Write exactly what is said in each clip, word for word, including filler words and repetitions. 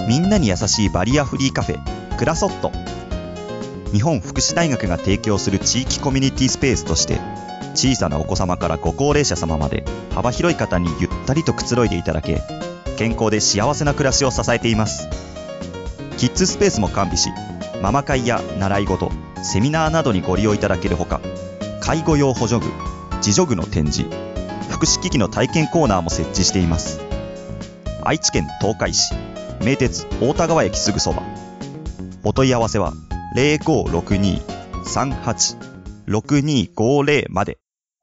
みんなに優しいバリアフリーカフェクラソット。日本福祉大学が提供する地域コミュニティスペースとして、小さなお子様からご高齢者様まで幅広い方にゆったりとくつろいでいただけ、健康で幸せな暮らしを支えています。キッズスペースも完備し、ママ会や習い事、セミナーなどにご利用いただけるほか、介護用補助具、自助具の展示、福祉機器の体験コーナーも設置しています。愛知県東海市、名鉄大田川駅すぐそば。お問い合わせは ゼロごろくに さんはち ろくにごゼロ まで。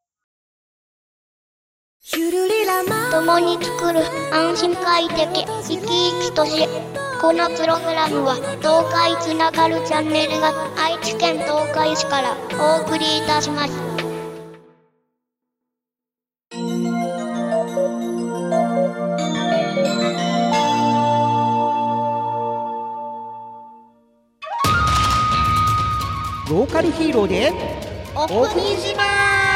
共に作る安心快適生き生きとし、このプログラムは東海つながるチャンネルが愛知県東海市からお送りいたします。 ローカルヒーローでお国自慢。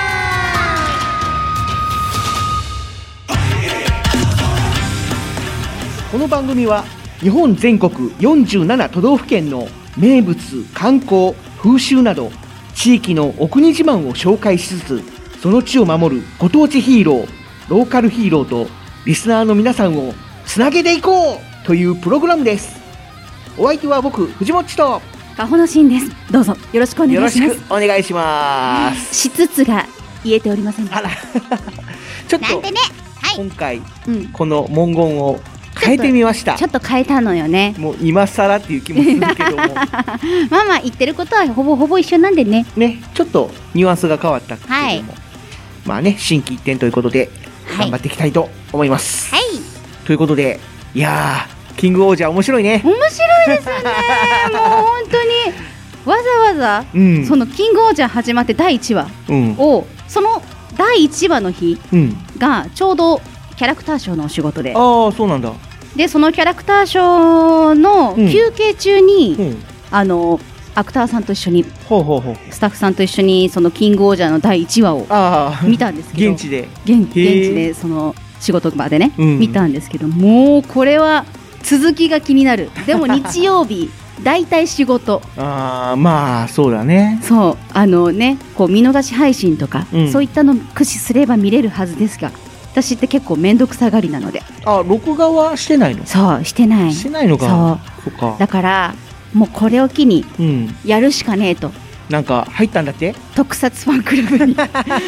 この番組は日本全国よんじゅうなな都道府県の名物、観光、風習など地域のお国自慢を紹介しつつ、その地を守るご当地ヒーロー、ローカルヒーローとリスナーの皆さんをつなげていこうというプログラムです。お相手は僕、藤もっちとかほのしんです。どうぞよろしくお願いします。 よろしくお願いします。 しつつが言えておりません。 あらちょっとなんでね、はい、 今回、 うん、 この文言を変えてみました。 ちょっと変えたのよね。 もう今更っていう気もするけどもまあまあ言ってることはほぼほぼ一緒なんでね。 ね、ちょっとニュアンスが変わったけども、 はい、 まあね、心機一転ということで頑張っていきたいと思います。 はい。 ということで、いやー、キングオージャー面白いね。 面白いですよね。もう本当にわざわざ、うん、そのキングオージャー始まってだいいちわを、うん、そのだいいちわの日がちょうどキャラクターショーのお仕事で、 ああ、そうなんだ。 でそのキャラクターショーの休憩中に、うんうん、あのアクターさんと一緒に、 ほうほうほう、 スタッフさんと一緒にそのキングオージャーのだいいちわを見たんですけど、 現地で現, 現地でその仕事場でね、うん、見たんですけど、もうこれは続きが気になる。でも日曜日だいたい仕事あ、まあそうだね。 そう、あのね、こう見逃し配信とか、うん、そういったの駆使すれば見れるはずですが、私って結構面倒くさがりなので。 あ、録画はしてないの？ そう、してないしてないのか。 そう、そうか。だからもうこれを機にやるしかねえと、うん、 なんか入ったんだって、 特撮ファンクラブに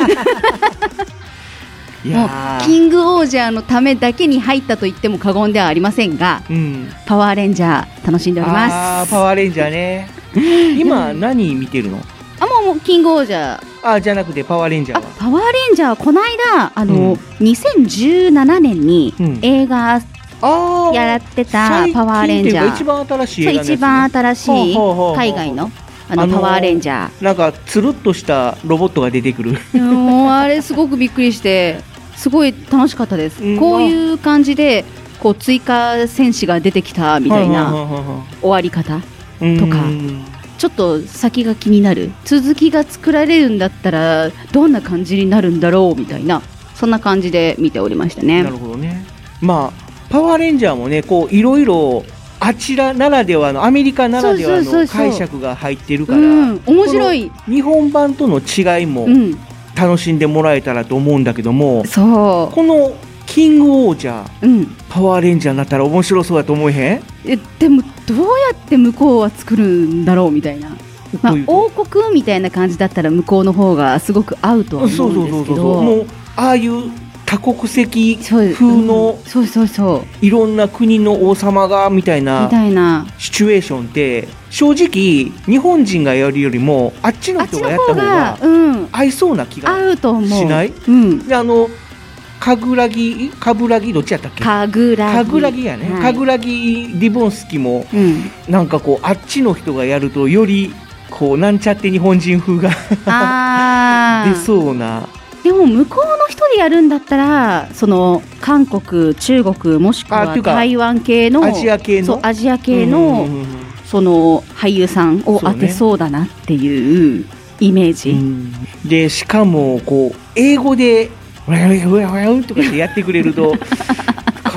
いやもうキングオージャーのためだけに入ったと言っても過言ではありませんが、うん、パワーレンジャー楽しんでおります。 あ、パワーレンジャーね今何見てるの？ あ、もう、もうキングオージャー、 あ、じゃなくてパワーレンジャーは、 パワーレンジャーはこの間あの、うん、にせんじゅうななねんに映画やってたパワーレンジャー、 一番新しい映画のやつね。 一番新しい海外のあのパワーレンジャー、 なんかつるっとしたロボットが出てくるもうあれすごくびっくりしてすごい楽しかったです、うん、こういう感じでこう追加戦士が出てきたみたいな終わり方とか、ちょっと先が気になる。続きが作られるんだったらどんな感じになるんだろうみたいな、そんな感じで見ておりましたね。 なるほどね。まあパワーレンジャーもね、こういろいろあちらならではの、アメリカならではの解釈が入ってるから、うん、 面白い。 日本版との違いも楽しんでもらえたらと思うんだけども、 そう、 このキングオージャー、うん、パワーレンジャーになったら面白そうだと思えへん？ え、でもどうやって向こうは作るんだろうみたいな、まあ、王国みたいな感じだったら向こうの方がすごく合うとは思うんですけど、 もうああいう多国籍風の、 そうそうそう、 いろんな国の王様がみたいなシチュエーションって正直日本人がやるよりもあっちの人がやった方が合いそうな気がしない？うん、で、あのカグラギ、カブラギどっちやったっけ？ カグラギ、 カグラギやね、はい、カグラギリボンスキも、うん、なんかこうあっちの人がやるとよりこうなんちゃって日本人風があ出そうな。 でも向こうの人でやるんだったら、その韓国、中国もしくは台湾系のアジア系の、 そう、アジア系のその俳優さんを当てそうだなっていうイメージ、うん、 でしかもこう英語でウェウェウェウェウとかってやってくれると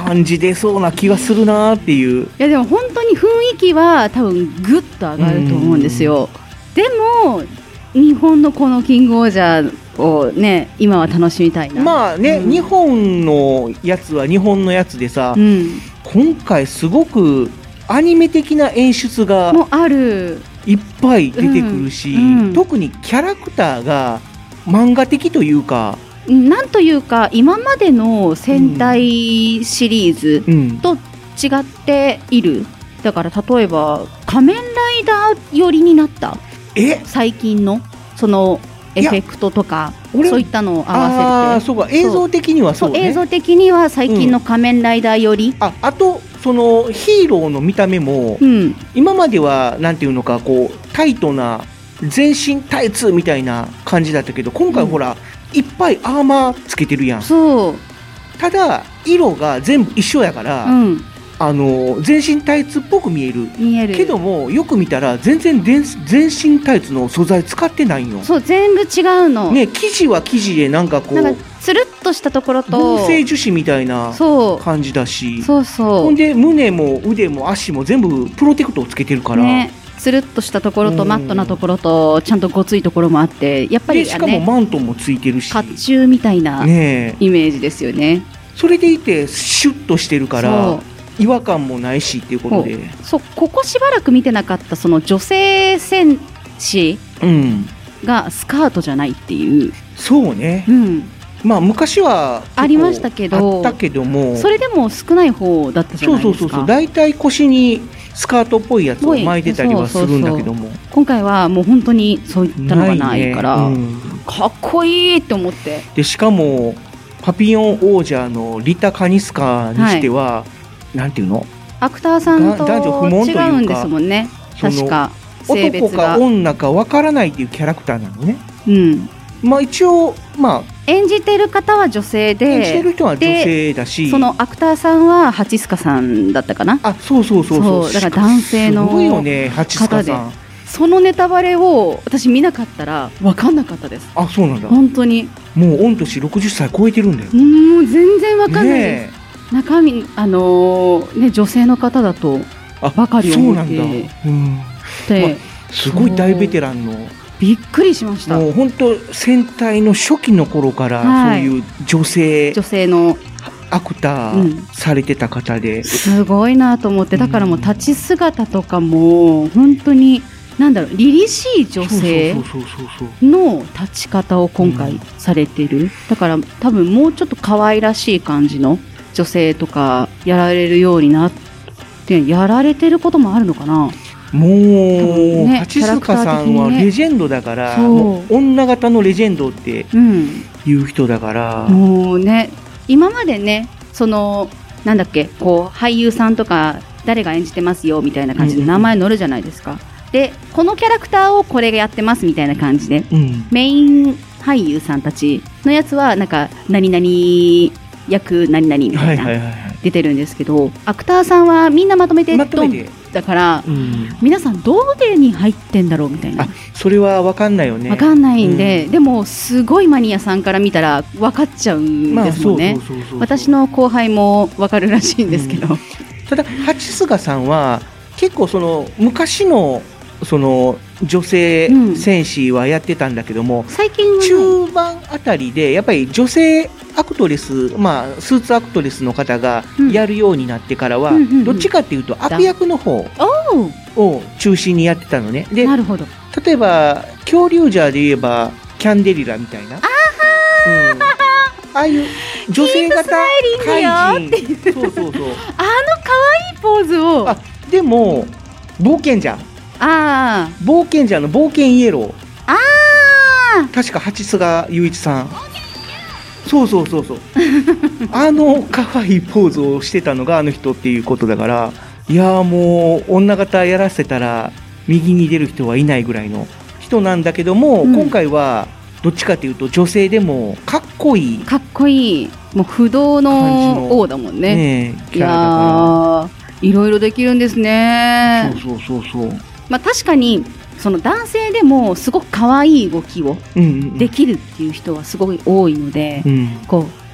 感じ出そうな気がするなっていう。 いやでも本当に雰囲気は多分グッと上がると思うんですよ。でも日本のこのキングオージャーをね今は楽しみたいな。 まあね、うん、日本のやつは日本のやつでさ、うん、今回すごくアニメ的な演出がもあるいっぱい出てくるし、うんうん、特にキャラクターが漫画的というか、 なんというか今までの戦隊シリーズと違っている、うん、だから例えば仮面ライダー寄りになった。 え最近のそのエフェクトとかそういったのを合わせて。 あそうか、映像的にはそうね。 そう映像的には最近の仮面ライダー寄り、 うん、あ, あとそのヒーローの見た目も、うん、今まではなんていうのかこうタイトな全身タイツみたいな感じだったけど、今回ほら、うん、いっぱいアーマーつけてるやん。 そうただ色が全部一緒やから、うん、あの全身タイツっぽく見える見えるけども、よく見たら全然全身タイツの素材使ってないよ。 そう全部違うのね。生地は生地でなんかこうなんかつるっとしたところと合成樹脂みたいな感じだし、 そうそうほんで胸も腕も足も全部プロテクトをつけてるから、 ね、つるっとしたところとマットなところとちゃんとごついところもあって、やっぱり、ね、 しかもマントもついてるし甲冑みたいなイメージですよね。 それでいてシュッとしてるから違和感もないしっていうことで、 そうここしばらく見てなかったその女性戦士がスカートじゃないっていう、 うん、そうね、 うんまあ、昔はありましたけど、 あったけどもそれでも少ない方だったじゃないですか。 そうそうそうそう、だいたい腰にスカートっぽいやつを巻いてたりはするんだけども、そうそうそう今回はもう本当にそういったのがないから、ねうん、かっこいいって思って。 でしかもパピヨン王者のリタ・カニスカにしては、はい、なんていうのアクターさんと違うんですもんね。確か性別が男か女かわからないっていうキャラクターなのね。 うんまあ、一応、まあ、 演じてる方は女性で、 演じてる人は女性だし、 そのアクターさんはハチスカさんだったかな。 あ、そうそうそうそう、 そうだから男性のすごいよね、ハチスカさん。 そのネタバレを私見なかったら分かんなかったです。 あ、そうなんだ。 本当にもう御年ろくじゅっさい超えてるんだよ。 もう全然分かんないです、ね、中身あのー、ね女性の方だとばかり思って。そうなんだ、うんで、まあ、 すごい大ベテランのびっくりしました。 もう本当戦隊の初期の頃から、はい、そういう女性女性のアクターされてた方で、うん、 すごいなと思って。だからもう立ち姿とかも本当になんだろう凛々しい女性の立ち方を今回されてる、うん、だから多分もうちょっと可愛らしい感じの女性とかやられるようになってやられてることもあるのかな。 もう、ね、ハチスカさんはレジェンドだから、ね、もう女型のレジェンドっていう人だから、 うん、もうね今までねそのなんだっけこう俳優さんとか誰が演じてますよみたいな感じで名前載るじゃないですか、うんうん、でこのキャラクターをこれがやってますみたいな感じで、うん、メイン俳優さんたちのやつはなんか何々役何々みたいな出てるんですけど、アクターさんはみんなまとめてまとめてだから、うん、皆さんどれに入ってんだろうみたいな。あ、 それは分かんないよね。 分かんないんで、うん、でもすごいマニアさんから見たら分かっちゃうんですもんね。私の後輩も分かるらしいんですけど、うん、 ただハチスガさんは結構その昔のその女性戦士はやってたんだけども、うん、最近は、ね、中盤あたりでやっぱり女性アクトレス、まあ、スーツアクトレスの方がやるようになってからは、うん、どっちかっていうと悪役の方を中心にやってたのね。で、 なるほど。 例えば恐竜ジャーで言えばキャンデリラみたいな、あ、うん、ああいう女性型怪人、そうそうそう、あの可愛いポーズを。あ、 でも冒険者、 あ冒険者の冒険イエロー、 あ確か八須賀雄一さん、そうそうそうそうあの可愛いポーズをしてたのがあの人っていうことだから、いやもう女型やらせたら右に出る人はいないぐらいの人なんだけども、うん、今回はどっちかというと女性でもかっこいい、 かっこいい、もう不動の王だもんね。 ね、キャラだから、 いろいろできるんですね。 そうそうそうそう。 まあ確かにその男性でもすごく可愛い動きをできるっていう人はすごい多いので、うんうん、こう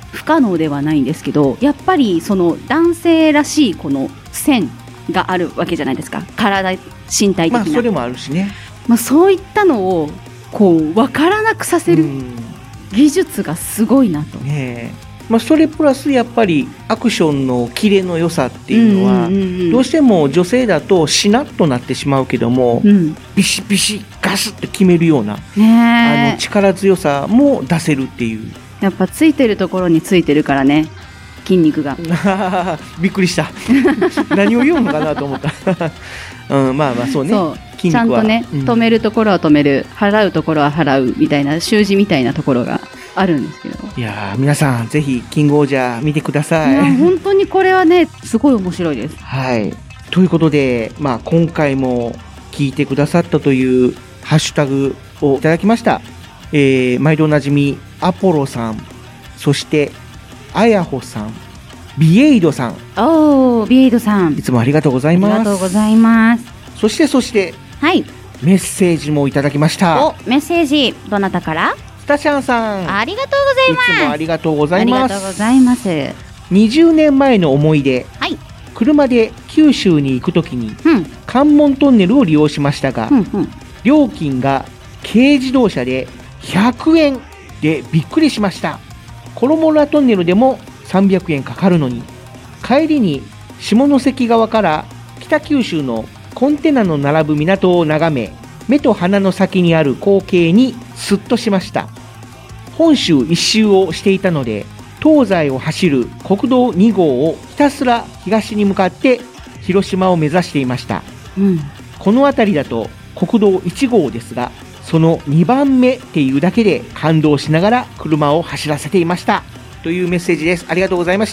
不可能ではないんですけど、やっぱりその男性らしいこの線があるわけじゃないですか、体身体的な、 まあ、それもあるしね、 まあ、そういったのをこう分からなくさせる技術がすごいなと、 ねえ、まあ、それプラスやっぱりアクションのキレの良さっていうのは、うんうんうんうん、どうしても女性だとしなっとなってしまうけども、うん、ビシビシガスって決めるような、ね、あの力強さも出せるっていう。 やっぱついてるところについてるからね、筋肉がびっくりした何を言うのかなと思った、うん、まあまあそうね、 そう筋肉はちゃんとね、うん、止めるところは止める、払うところは払うみたいな習字みたいなところがあるんですけど、 いや皆さんぜひキングオージャー見てください。いや本当にこれはねすごい面白いです。 はいということで、まあ、今回も聞いてくださったというハッシュタグをいただきました。えー、毎度おなじみアポロさん、そしてあやほさん、ビエイドさん、 おービエイドさん、 いつもありがとうございます。 ありがとうございます。 そしてそしてはいメッセージもいただきました。 おメッセージどなたから？ スタシャンさん、 ありがとうございます。 いつもありがとうございます。 ありがとうございます。 にじゅうねんまえの思い出、 はい、 車で九州に行くときに、うん、関門トンネルを利用しましたが、うんうん、料金が軽自動車でひゃくえんでびっくりしました。コロモラトンネルでもさんびゃくえんかかるのに、帰りに下関側から北九州のコンテナの並ぶ港を眺め、目と鼻の先にある光景にスッとしました。本州一周をしていたので、東西を走る国道に号をひたすら東に向かって広島を目指していました、うん、この辺りだと国道いち号ですが、そのにばんめっていうだけで感動しながら車を走らせていましたというメッセージです。ありがとうございました。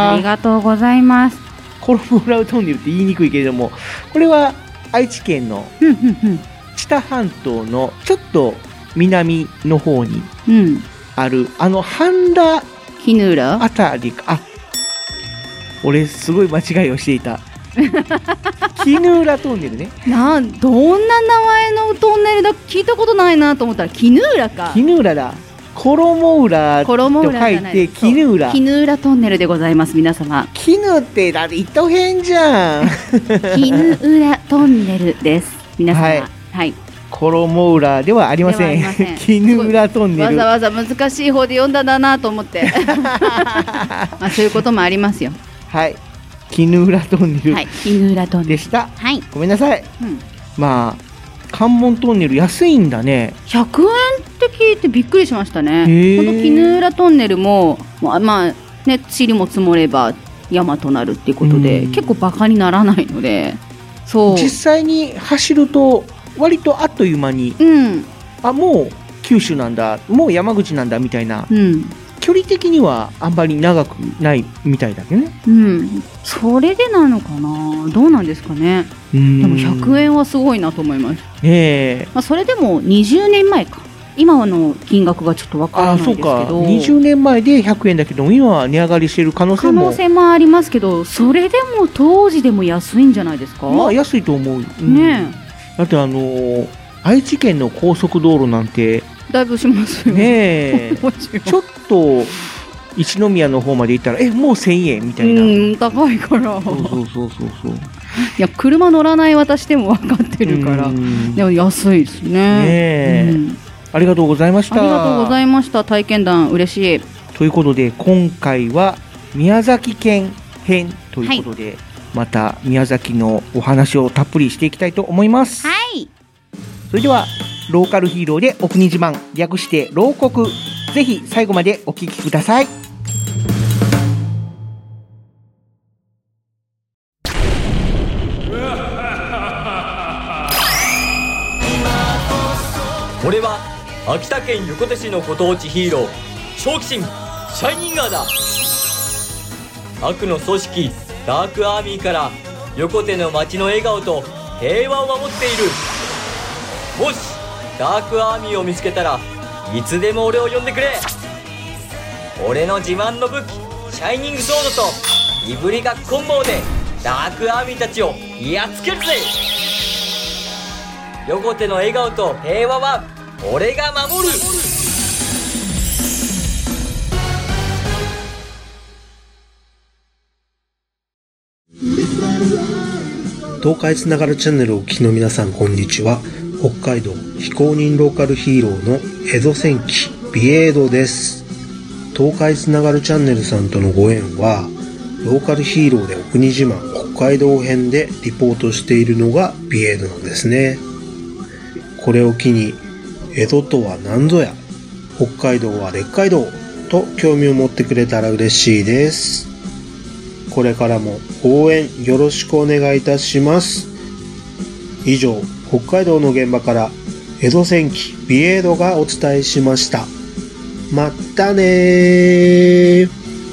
ありがとうございます。 コロモラトンネルって言いにくいけれども、これは愛知県の知多半島のちょっと南の方にある、うん、あの半田絹浦あたりか、あ、俺すごい間違いをしていた絹浦トンネルね。 などんな名前のトンネルだ、聞いたことないなと思ったら絹浦か。 絹浦だ。衣浦と書いて絹浦。 絹浦トンネルでございます。皆様、 絹ってだって糸編じゃん絹浦トンネルです皆様。はい、はい、 衣浦ではありません。絹浦トンネル、 わざわざ難しい方で読んだんだなと思ってまあそういうこともありますよ。 はい、絹浦トンネル、 はい、絹浦トンネルでした、 はい、 ごめんなさい、うん、まあ関門トンネル安いんだね。 ひゃくえんって聞いてびっくりしましたね。この絹浦トンネルもまあ、まあね、塵も積もれば山となるっていうことで結構バカにならないので、そう実際に走ると割とあっという間に、うん、あもう九州なんだ、もう山口なんだみたいな、うん、距離的にはあんまり長くないみたいだけどね、 うん、それでなのかな、どうなんですかね。でもひゃくえんはすごいなと思います、えーまあ、それでもにじゅうねんまえか、今の金額がちょっとわからないですけど、あ、そうか、 にじゅうねんまえでひゃくえんだけど今は値上がりしている可能性も可能性もありますけど、それでも当時でも安いんじゃないですか。 まあ安いと思う、うん、ねえ、だってあのー、愛知県の高速道路なんてだいぶしますよねちょっと一宮の方まで行ったらえもうせんえんみたいな、 うん高いから、 そうそうそうそうそう、いや車乗らない私でも分かってるから、でも安いですね。ねえ、うん、ありがとうございました。 ありがとうございました。体験談嬉しい。 ということで今回は宮崎県編ということで、はい、また宮崎のお話をたっぷりしていきたいと思います。 はい、 それではローカルヒーローでお国自慢、略して牢国、ぜひ最後までお聞きください。 俺は秋田県横手市のご当地ヒーロー正気神シャイニンガーだ。悪の組織ダークアーミーから横手の街の笑顔と平和を守っている。もしダークアーミーを見つけたらいつでも俺を呼んでくれ。俺の自慢の武器シャイニングソードといぶりがっこん棒でダークアーミーたちをやっつけるぜ。横手の笑顔と平和は俺が守る。 東海つながるチャンネルをお聞きの皆さん、こんにちは。北海道非公認ローカルヒーローの江戸戦記ビエードです。東海つながるチャンネルさんとのご縁は、ローカルヒーローでお国自慢北海道編でリポートしているのがビエードなんですね。これを機に、江戸とは何ぞや、北海道は列海道と興味を持ってくれたら嬉しいです。これからも応援よろしくお願いいたします。以上、北海道の現場から江戸戦記ビエードがお伝えしました。またねー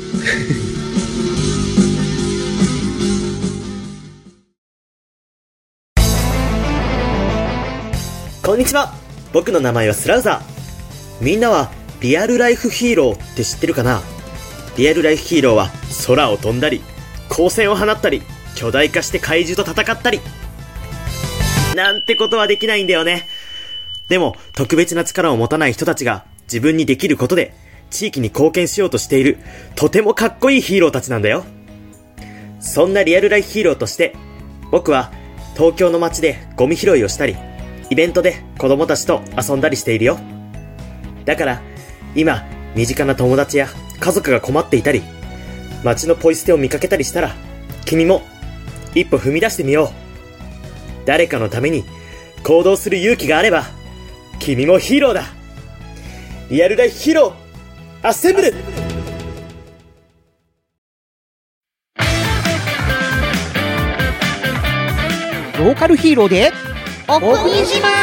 こんにちは。僕の名前はスラウザー。みんなはリアルライフヒーローって知ってるかな？リアルライフヒーローは空を飛んだり、光線を放ったり、巨大化して怪獣と戦ったりなんてことはできないんだよね。でも特別な力を持たない人たちが自分にできることで地域に貢献しようとしている、とてもかっこいいヒーローたちなんだよ。そんなリアルライフヒーローとして僕は東京の街でゴミ拾いをしたり、イベントで子供たちと遊んだりしているよ。だから今身近な友達や家族が困っていたり、街のポイ捨てを見かけたりしたら、君も一歩踏み出してみよう。誰かのために行動する勇気があれば、君もヒーローだ。リアルライフヒーローアッセンブル。 ローカルヒーローでお国自慢。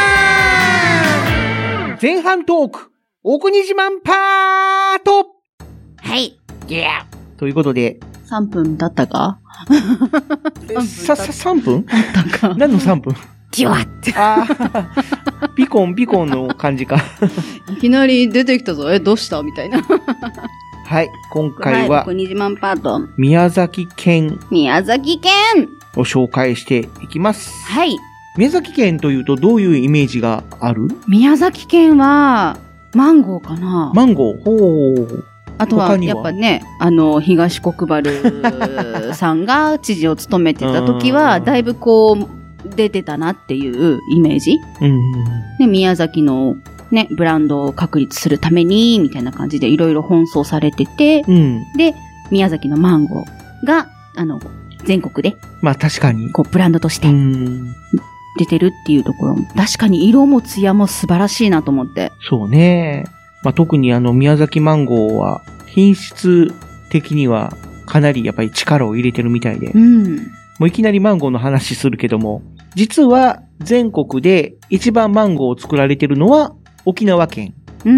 前半トークお国自慢パート。 はい。 いやということでさんぷん経ったかさ、さ、さんぷん経ったか何のさんぷんじわって。 ああ、ピコンピコンの感じか。 いきなり出てきたぞ。え、どうしたみたいな。 はい、今回は、 はい、国自慢パート。 宮崎県。 宮崎県を紹介していきます。 はい。 宮崎県というとどういうイメージがある？ 宮崎県は、マンゴーかな。 マンゴー。ほう。 あとは、やっぱね、あの、東国原さんが知事を務めてた時は、だいぶこう、出てたなっていうイメージ。 うん、 で、宮崎のね、ブランドを確立するために、みたいな感じでいろいろ奔走されてて、 うん、 で、宮崎のマンゴーが、あの、全国で、 まあ確かに、 こう、ブランドとして、出てるっていうところも、確かに色も艶も素晴らしいなと思って。 そうね。まあ特にあの、宮崎マンゴーは、品質的にはかなりやっぱり力を入れてるみたいで。 うん。 もういきなりマンゴーの話するけども、実は全国で一番マンゴーを作られてるのは沖縄県。 うん。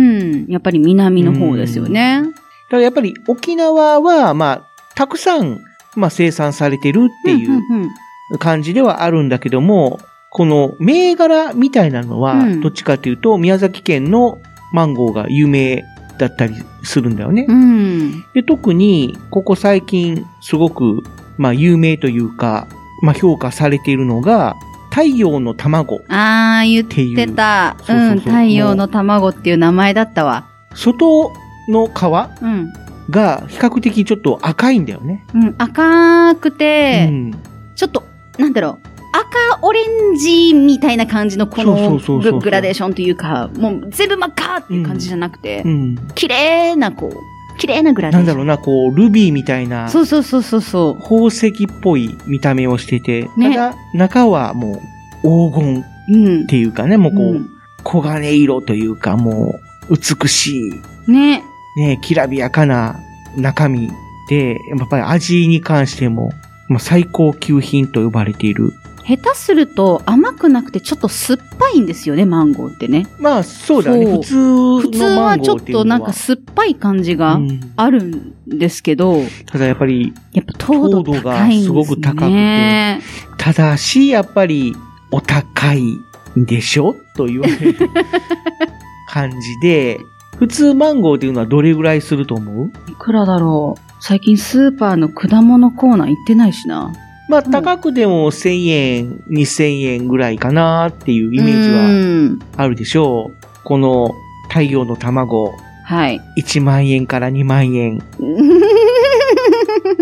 やっぱり南の方ですよね。 だからやっぱり沖縄は、まあ、たくさん、まあ、生産されてるっていう感じではあるんだけども、この銘柄みたいなのは、どっちかというと宮崎県のマンゴーが有名だったりするんだよね。 うん、 で特に、ここ最近、すごく、まあ、有名というか、まあ、評価されているのが、太陽の卵。 あー、言ってた。そうそうそう、うん、太陽の卵っていう名前だったわ。 外の皮、 うん、 が、比較的ちょっと赤いんだよね。 うん、赤くて、うん、ちょっと、なんだろう。赤、オレンジみたいな感じのこのグラデーションというか、もう全部真っ赤っていう感じじゃなくて、うんうん、綺麗なこう、綺麗なグラデーション。 なんだろうな、こう、ルビーみたいな。 そうそうそうそうそう。 宝石っぽい見た目をしてて、ね、ただ中はもう黄金っていうかね、うん、もうこう、うん、黄金色というか、もう美しい。 ね。 ね、きらびやかな中身で、やっぱり味に関しても、まあ、最高級品と呼ばれている。 下手すると甘くなくてちょっと酸っぱいんですよね、マンゴーってね。 まあそうだね。普通のマンゴーっていうのは。普通はちょっとなんか酸っぱい感じがあるんですけど。うん、 ただやっぱり、 やっぱ糖度がすごく高くて。ただし、やっぱりお高いんでしょと言われる感じで、普通マンゴーっていうのはどれぐらいすると思う？ いくらだろう。最近スーパーの果物コーナー行ってないしな。 まあ、高くてもせんえん、にせんえんぐらいかなっていうイメージはあるでしょう。この太陽の卵。 はい。 いちまんえんからにまんえん。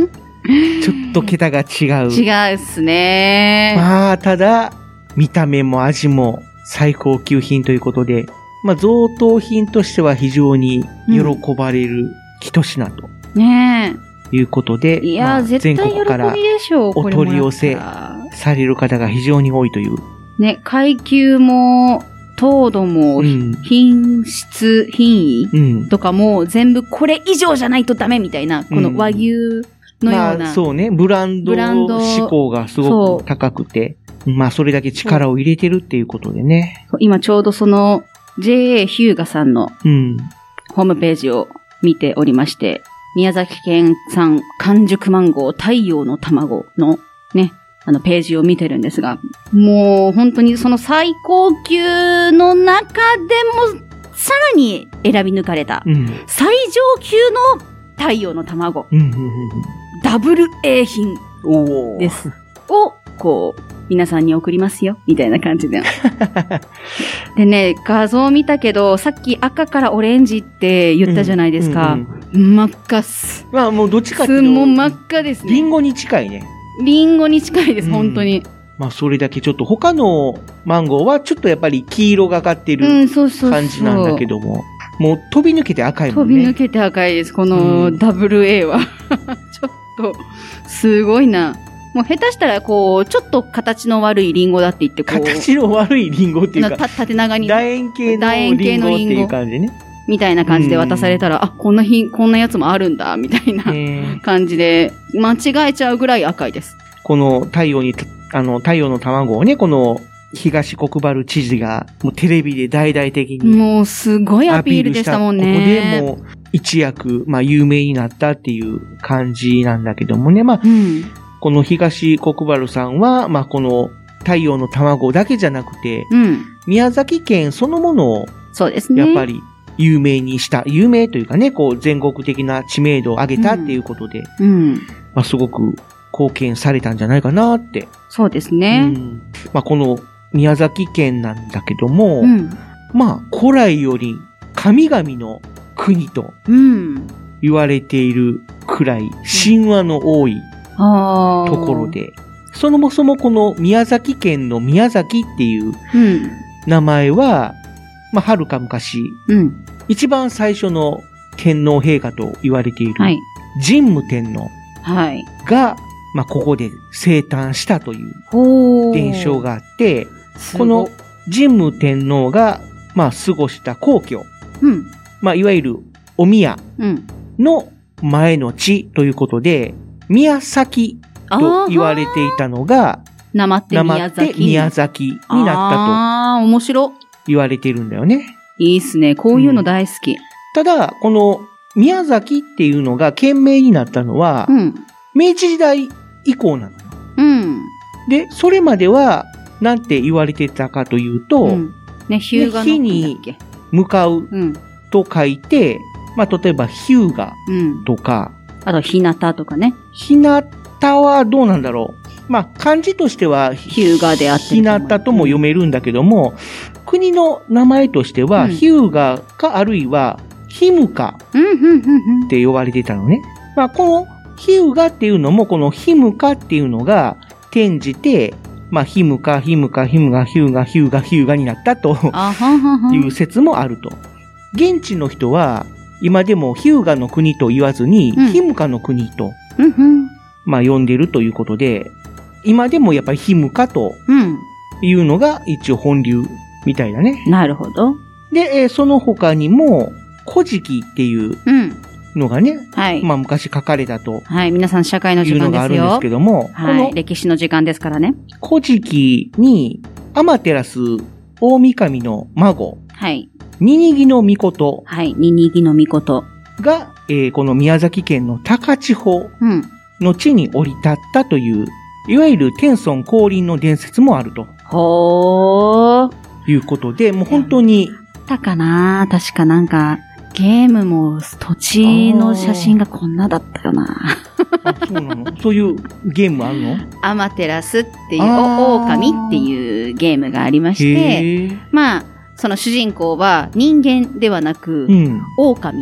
ちょっと桁が違う。 違うっすね。 まあ、ただ、見た目も味も最高級品ということで、まあ、贈答品としては非常に喜ばれる一品と。 ねえ。いうことで、 いや、まあ、絶対喜びでしょう、 お取り寄せされる方が非常に多いという。 ね、階級も、糖度も、うん、品質、品位とかも全部これ以上じゃないとダメみたいな、うん、この和牛のような。 まあ、そうね、ブランド志向がすごく高くて、まあそれだけ力を入れてるっていうことでね。 今ちょうどその ジェーエー ヒューガさんのホームページを見ておりまして、宮崎県産完熟マンゴー太陽の卵のね、あのページを見てるんですが、もう本当にその最高級の中でもさらに選び抜かれた、うん、最上級の太陽の卵、うんうんうん、ダブル エー 品ですをこう皆さんに送りますよみたいな感じででね、画像を見たけどさっき赤からオレンジって言ったじゃないですか、うんうんうん、真っ赤っす。 まあもうどっちかっていうともう真っ赤ですね。 リンゴに近いね。 リンゴに近いです、うん、本当に。 まあそれだけちょっと他のマンゴーはちょっとやっぱり黄色がかってる感じなんだけども、うん、そうそうそう、もう飛び抜けて赤いもんね。 飛び抜けて赤いです、この ダブリューエー は。ちょっと、すごいな。もう下手したらこう、ちょっと形の悪いリンゴだって言ってこう。 形の悪いリンゴっていうか、 た縦長に。 楕円形のリンゴっていう感じね。 みたいな感じで渡されたら、あ、こんなひ、こんなやつもあるんだ、みたいな感じで、間違えちゃうぐらい赤いです。 この太陽に、あの、太陽の卵をね、この東国原知事が、もうテレビで大々的に。 もうすごいアピールでしたもんね。 ここでもう一躍、まあ有名になったっていう感じなんだけどもね。まあ、うん、この東国原さんは、まあこの太陽の卵だけじゃなくて、うん、宮崎県そのものを、 そうですね。 やっぱり、有名にした、有名というかね、こう全国的な知名度を上げたっていうことで、うんうん、まあすごく貢献されたんじゃないかなって。 そうですね。うん、 まあこの宮崎県なんだけども、うん、まあ古来より神々の国と言われているくらい神話の多いところで、うん、そもそもこの宮崎県の宮崎っていう名前は、まあ、はるか昔、うん、一番最初の天皇陛下と言われている、はい、神武天皇が、はい、まあ、ここで生誕したという伝承があって、この神武天皇が、まあ、過ごした皇居、うん、まあ、いわゆるお宮の前の地ということで、宮崎と言われていたのが、 なまって宮崎。 宮崎になったと。 ああ、面白。 言われてるんだよね。 いいっすね。こういうの大好き。うん、 ただ、この宮崎っていうのが県名になったのは、うん、明治時代以降なの。うん。で、それまでは、なんて言われてたかというと、うん、 ね、日向日に向かうと書いて、うん、まあ、例えば、日向とか、 うん、あと、日向とかね。 日向はどうなんだろう。まあ、漢字としては、 日向であって日向とも読めるんだけども、うん、国の名前としては、うん、日向かあるいは、日向って呼ばれてたのね。まあ、この日向っていうのも、この日向っていうのが転じて、まあ、日向、日向、日向、日向、日向、日向になったという説もあると。現地の人は、今でも日向の国と言わずに、うん、日向の国と、うんうん、まあ、呼んでるということで、今でもやっぱり日向というのが一応本流みたいだね。 なるほど。 で、えー、その他にも、古事記っていうのがね、うん、はい、まあ昔書かれたと。 はい、皆さん社会の時間ですよ。いうのがあるんですけども、 はい、この歴史の時間ですからね。 古事記に、天照大神の孫、はい、ニニギの御事、 はい、ニニギの御事が、えー、この宮崎県の高千穂の地に降り立ったという、いわゆる天孫降臨の伝説もあると。 ほー。 いうことで、もう本当に。 あったかな？確かなんか、ゲームも土地の写真がこんなだったよな。 あ、そうなの？そういうゲームあるの？ アマテラスっていう、狼っていうゲームがありまして、まあ、その主人公は人間ではなく、うん、狼。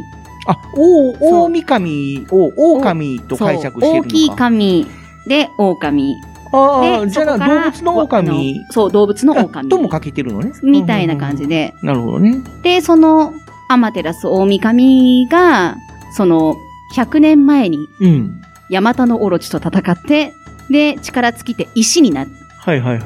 あ、大、大神を狼と解釈してるのか。 大きい神で狼。 ああ、じゃあ動物の狼。 そう、動物の狼。 ともかけてるのね。 みたいな感じで。 なるほどね。 で、その、アマテラス大神が、その、ひゃくねんまえに、うん。ヤマタノオロチと戦って、で、力尽きて石になる。 はいはいはい。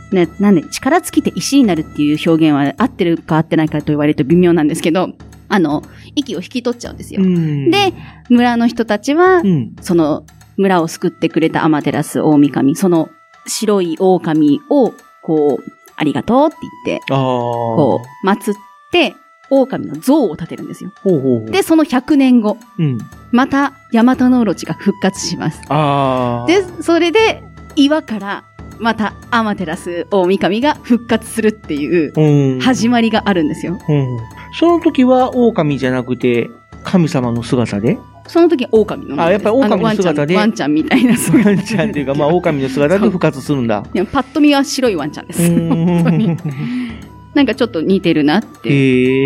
ね、なんで、力尽きて石になるっていう表現は合ってるか合ってないかと言われると微妙なんですけど、あの、息を引き取っちゃうんですよ。で、村の人たちは、うん、その、村を救ってくれたアマテラス大神、その白い狼を、こう、ありがとうって言って、こう、祀って、狼の像を建てるんですよ。ほうほうほう。で、そのひゃくねんご、うん、また、ヤマタノオロチが復活します。あで、それで、岩から、また、アマテラス大神が復活するっていう、始まりがあるんですよ。 うんうん、その時は狼じゃなくて、神様の姿でその時は狼の。 あ、やっぱり狼の姿で。 ワンちゃんみたいな姿。ワンちゃんっていうか、まあ狼の姿で復活するんだ。 いや、パッと見は白いワンちゃんです。本当に。なんかちょっと似てるなって。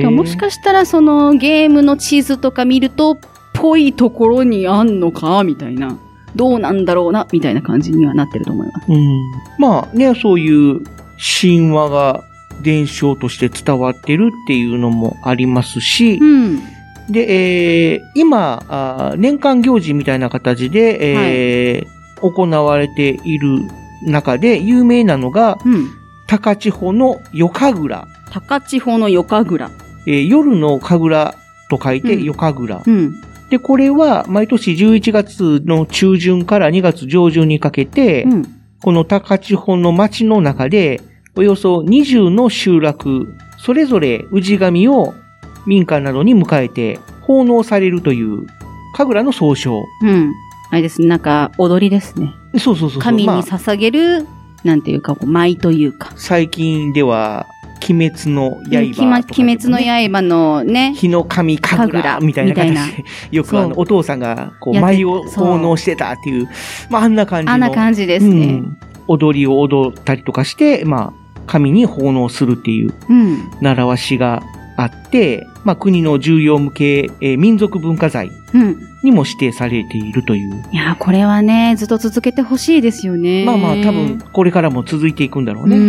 もしかしたらそのゲームの地図とか見ると、ぽいところにあんのかみたいな。どうなんだろうなみたいな感じにはなってると思います。 うん。まあね、そういう神話が伝承として伝わってるっていうのもありますし、うん。で、えー、今あ、年間行事みたいな形で、えーはい、行われている中で有名なのが、うん、高千穂の夜神楽。 高千穂の夜神楽。 えー、夜の神楽と書いて夜神楽。うんうんで、これは毎年じゅういちがつの中旬からにがつ上旬にかけて、うん、この高千穂の町の中で、およそにじゅうの集落、それぞれ氏神を民家などに迎えて奉納されるという神楽の総称。 うん。あれですね、なんか踊りですね。 そうそうそうそう。 神に捧げる、まあ、なんていうか、舞というか。 最近では、鬼滅の刃とか、ね、 鬼滅の刃のね。 火の神神楽みたいな形で、よくあの、お父さんが、こう、舞を奉納してたっていう、まあ、あんな感じの。 あんな感じですね。うん、 踊りを踊ったりとかして、まあ、神に奉納するっていう、習わしがあって、まあ、国の重要無形、えー、民族文化財にも指定されているという。うん、 いや、これはね、ずっと続けてほしいですよね。 まあまあ、多分、これからも続いていくんだろうね。うん、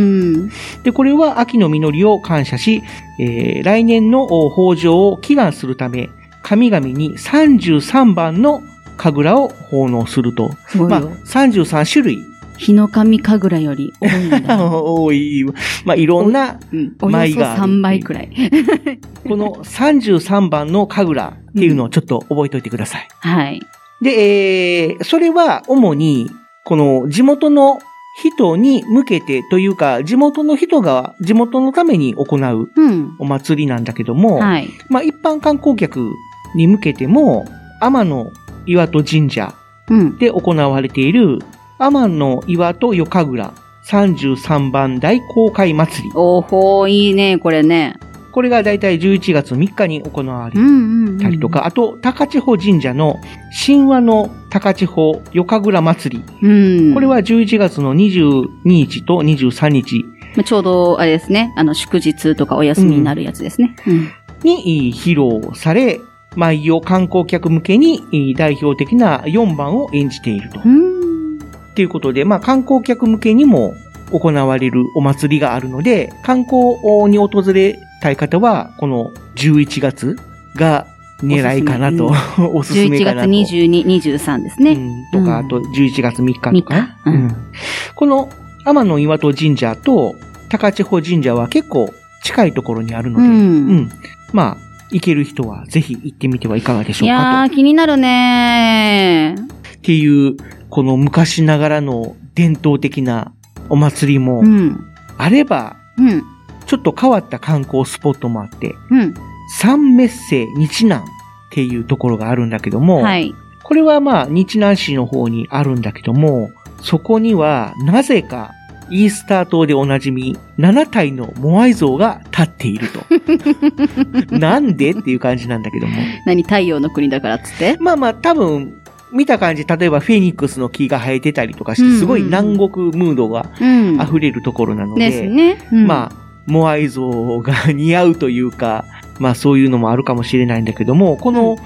で、これは秋の実りを感謝し、えー、来年の豊穣を祈願するため、神々にさんじゅうさんばんの神楽を奉納すると。まあ、さんじゅうさんしゅるい。 日の神神楽より多いんだ。 多い。まあ、いろんな舞がある。およそさんばいくらい。 このさんじゅうさんばんの神楽っていうのをちょっと覚えておいてください。 うん、はい。 で、えー、それは主に、この地元の人に向けてというか、地元の人が地元のために行うお祭りなんだけども、うん、はい。まあ、一般観光客に向けても、天の岩戸神社で行われている、天の岩戸夜神楽さんじゅうさんばん大公開祭り。 おほー、いいね、これね。 これがだいたいじゅういちがつみっかに行われたりとか、うんうんうん、あと、高千穂神社の神話の高千穂夜神楽祭り。うん、これはじゅういちがつのにじゅうににちとにじゅうさんにち。 ちょうど、あれですね、あの、祝日とかお休みになるやつですね。うんうん、 に披露され、毎夜観光客向けに代表的なよんばんを演じていると。うんということで、まあ観光客向けにも行われるお祭りがあるので、観光に訪れたい方は、このじゅういちがつが狙いかなと、おすすめかなと。 じゅういちがつにじゅうに、にじゅうさんですね。 うん、とか、あとじゅういちがつみっかとか。うん、この天の岩戸神社と高千穂神社は結構近いところにあるので、うんうん、まあ、行ける人はぜひ行ってみてはいかがでしょうかと。 いやー、気になるねー。 っていう、この昔ながらの伝統的なお祭りもあれば、うんうん、ちょっと変わった観光スポットもあって、うん、三滅星日南っていうところがあるんだけども、はい、これはまあ日南市の方にあるんだけども、そこにはなぜかイースター島でおなじみななたいのモアイ像が立っていると。なんでっていう感じなんだけども。 何、太陽の国だからっつって？ まあまあ多分、見た感じ、例えばフェニックスの木が生えてたりとかして、すごい南国ムードが溢れるところなので、うんですねうん、まあ、モアイ像が似合うというか、まあそういうのもあるかもしれないんだけども、この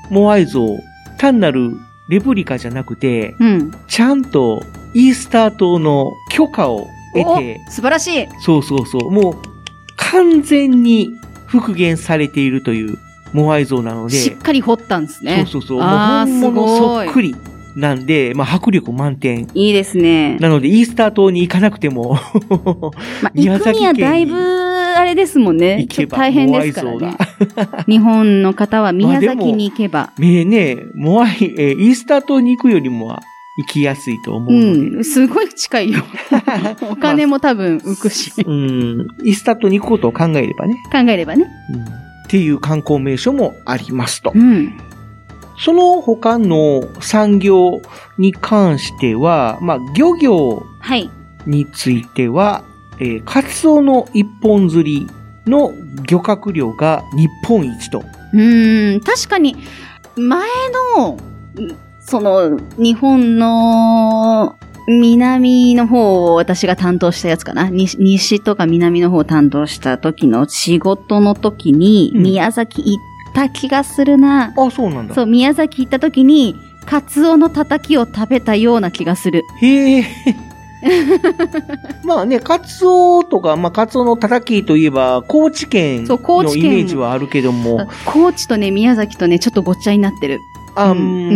モアイ像、単なるレプリカじゃなくて、 うん、 ちゃんとイースター島の許可を得て、 素晴らしい。 そうそうそう、もう完全に復元されているというモアイ像なので、 しっかり掘ったんですね。 そうそうそう、もう本物そっくりなんで、まあ迫力満点。 いいですね。 なのでイースター島に行かなくても、 まあ、行くにはだいぶあれですもんね。 行けば大変ですからね。日本の方は宮崎に行けば。 まあ、ねえねモアイ、えー、イースター島に行くよりもは行きやすいと思うので。 うん、すごい近いよ。お金も多分浮くし、 まあ。うん、イースター島に行くことを考えればね。 考えればね。 うん、っていう観光名所もありますと。 うん、 その他の産業に関しては、まあ、漁業については、はい、えー、カツオの一本釣りの漁獲量が日本一と。 うーん、確かに、前の、その、日本の南の方を私が担当したやつかな。西、西とか南の方を担当した時の仕事の時に、宮崎行った気がするな。 うん、あ、そうなんだ。 そう、宮崎行った時に、カツオのたたきを食べたような気がする。 へえ。まあね、カツオとか、まあカツオのたたきといえば、高知県のイメージはあるけども。 高知とね、宮崎とね、ちょっとごっちゃになってる。 あ、うん、うん、うん。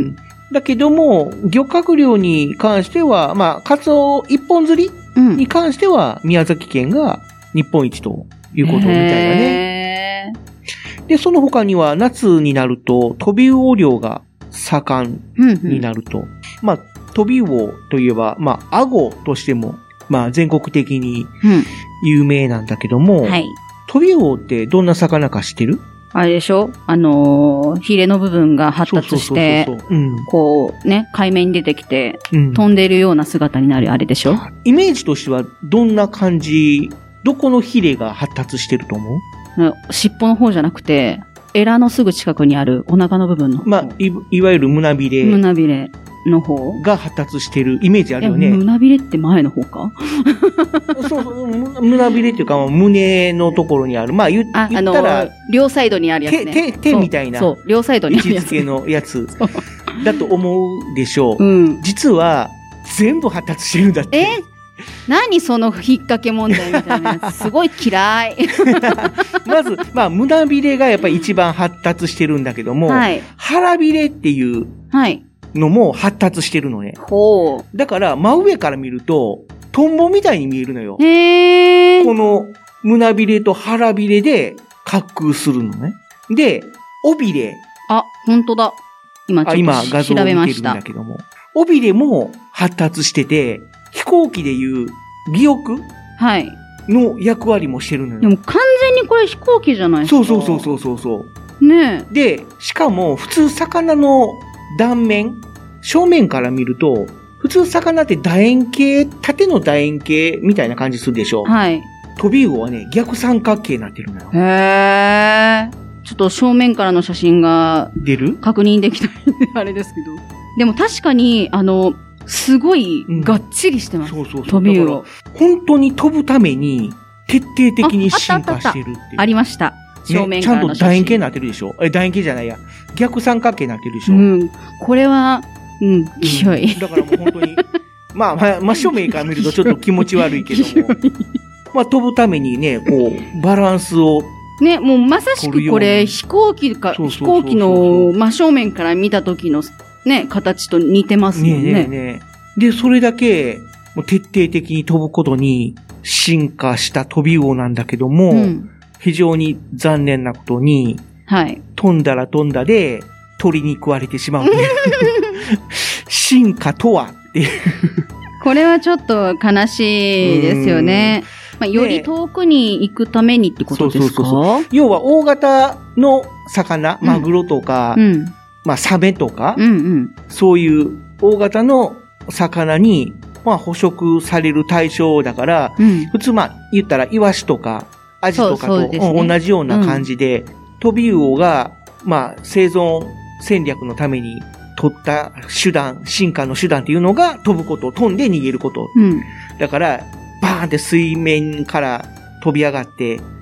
だけども、漁獲量に関しては、まあ、カツオ一本釣りに関しては、宮崎県が日本一ということみたいだね。で、その他には、夏になると、トビウオ漁が盛んになると。うんうん、まあ、トビウオといえば、まあ、アゴとしても、まあ、全国的に有名なんだけども、うん、はい、トビウオってどんな魚か知ってる？ あれでしょ？あのー、ヒレの部分が発達して、こうね、海面に出てきて、うん、飛んでいるような姿になるあれでしょ？ イメージとしてはどんな感じ、どこのヒレが発達してると思う？尻尾の方じゃなくて、エラのすぐ近くにあるお腹の部分の。 まあ、い、いわゆる胸びれ。 胸びれの方が発達してるイメージあるよね。 胸びれって前の方か？ そうそう、胸びれっていうか、胸のところにある。まあ言、あ言ったら、 あのー、両サイドにあるやつね。 手、手、手みたいな。 そう、両サイドにあるやつ。 位置付けのやつだと思うでしょう。 うん、 実は、全部発達してるんだって。 え？何その引っ掛け問題みたいなやつ。すごい嫌い。 まず、まあ、胸びれがやっぱり一番発達してるんだけども、はい、腹びれっていう、はい。のも発達してるのね。 ほう。 だから、真上から見ると、トンボみたいに見えるのよ。 へー。 この、胸びれと腹びれで滑空するのね。で、尾びれ。 あ、ほんとだ。今ちょっと今画像を見てるんだけども。尾びれも発達してて、飛行機でいう尾翼はい。 の役割もしてるのよ。 でも完全にこれ飛行機じゃないですか。 そうそうそうそうそう。 ねえ。で、しかも普通魚の断面、正面から見ると、普通魚って楕円形、縦の楕円形みたいな感じするでしょ。 はい。 トビウオはね、逆三角形になってるのよ。 へー。ちょっと正面からの写真が出る？ 確認できたんであれですけど。でも確かに、あの、すごいがっちりしてます。 うん、そうそうそう。 トビウオ。 本当に飛ぶために徹底的に進化してるっていう。 あ, あ, あ, ありました。正面からの写真、ね、 ちゃんと楕円形になってるでしょ。え、楕円形じゃないや。逆三角形になってるでしょ。 うん。これは、うん、きしょい、 うん。だからもう本当に、まあ、まあ、真正面から見るとちょっと気持ち悪いけども。まあ、飛ぶためにね、こう、バランスを。 ね、もうまさしくこれ、飛行機か、そうそうそうそう飛行機の真正面から見た時のね、形と似てますもんね。ねえねえねえ。で、それだけ、もう徹底的に飛ぶことに進化したトビウオなんだけども、うん、非常に残念なことに、 はい。 飛んだら飛んだで、鳥に食われてしまうという。進化とはっていう。 これはちょっと悲しいですよね。まあ、より遠くに行くためにってことですか？そうそうそうそう。 要は大型の魚、マグロとか、うん、まあサメとか、 うんうん、 そういう大型の魚に、まあ捕食される対象だから、うん、普通まあ言ったらイワシとかアジとかと、ね、同じような感じで、うん、トビウオがまあ生存戦略のために取った手段、進化の手段っていうのが飛ぶこと、飛んで逃げること。 うん、 だから、バーンって水面から飛び上がって、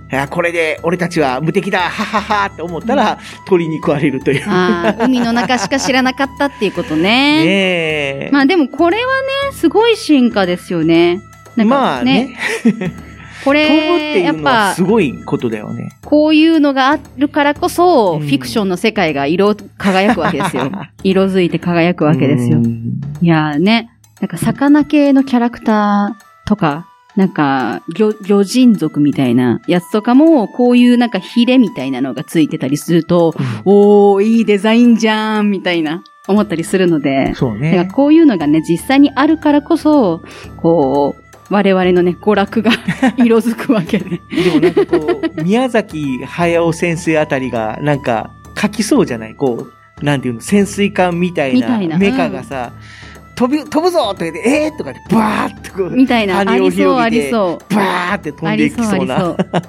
あこれで俺たちは無敵だはははって思ったら、うん、鳥に食われるという。 あ海の中しか知らなかったっていうことね。 ねえ。 まあでもこれはね、すごい進化ですよね。なんかねまあね。これ、 飛ぶっていうのはすごいことだよね。 こういうのがあるからこそ、うん、フィクションの世界が色輝くわけですよ。色づいて輝くわけですよ。いやーね、なんか魚系のキャラクターとか、なんか魚、魚人族みたいなやつとかも、こういうなんかヒレみたいなのがついてたりすると、うん、おー、いいデザインじゃーんみたいな思ったりするので、 そうね。 なんかこういうのがね、実際にあるからこそ、こう、我々のね、娯楽が色づくわけで。 でもなんかこう、宮崎駿先生あたりが、なんか、書きそうじゃないこう、なんていうの、潜水艦みたいなメカがさ、うん、飛び、飛ぶぞとか言って、えーとかで、バーってこう、 みたいな、ありそう、ありそう。 バーって飛んでいきそうな。ありそう、ありそう。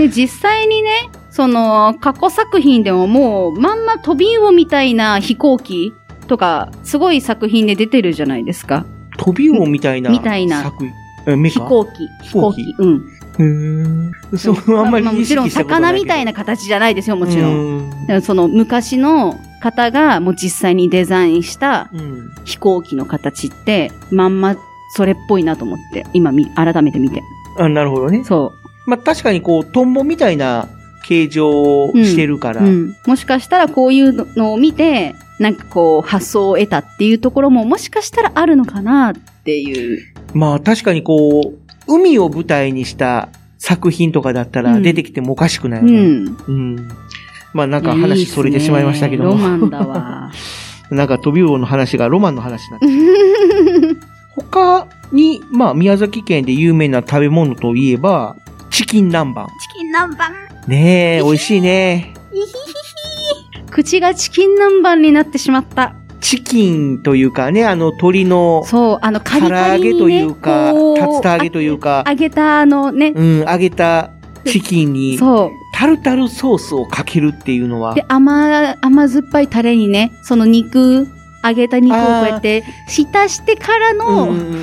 で、実際にね、その、過去作品でももう、まんま飛び魚みたいな飛行機とか、すごい作品で出てるじゃないですか。 飛び魚みたいなみたいな。 作品。 飛行機。飛行機。うん。 へー。そう、あんまり意識したことないけど。もちろん魚みたいな形じゃないですよ、もちろん。その昔の方がもう実際にデザインした飛行機の形って、まんまそれっぽいなと思って、今み、改めて見て。 あ、なるほどね。 そう。 まあ、確かにこう、トンボみたいな形状をしてるから、 うんうん。もしかしたらこういうのを見て、なんかこう、発想を得たっていうところももしかしたらあるのかなっていう。 まあ確かにこう、海を舞台にした作品とかだったら出てきてもおかしくないよね。うん。うん。まあなんか話それてしまいましたけども。 いいロマンだわ。 なんか飛び魚の話がロマンの話になって他に、まあ宮崎県で有名な食べ物といえば、チキン南蛮。 チキン南蛮。 ねえ、美味しいね。 口がチキン南蛮になってしまった。 チキンというかね、あの鶏の、 そう、あのカリカリに、ね、 唐揚げというか、竜田揚げというか、 揚げたあのね、 うん、揚げたチキンに、そう、タルタルソースをかけるっていうのは、 で、甘、甘酸っぱいタレにね、その肉、揚げた肉をこうやって、浸してからの、うんうんうん、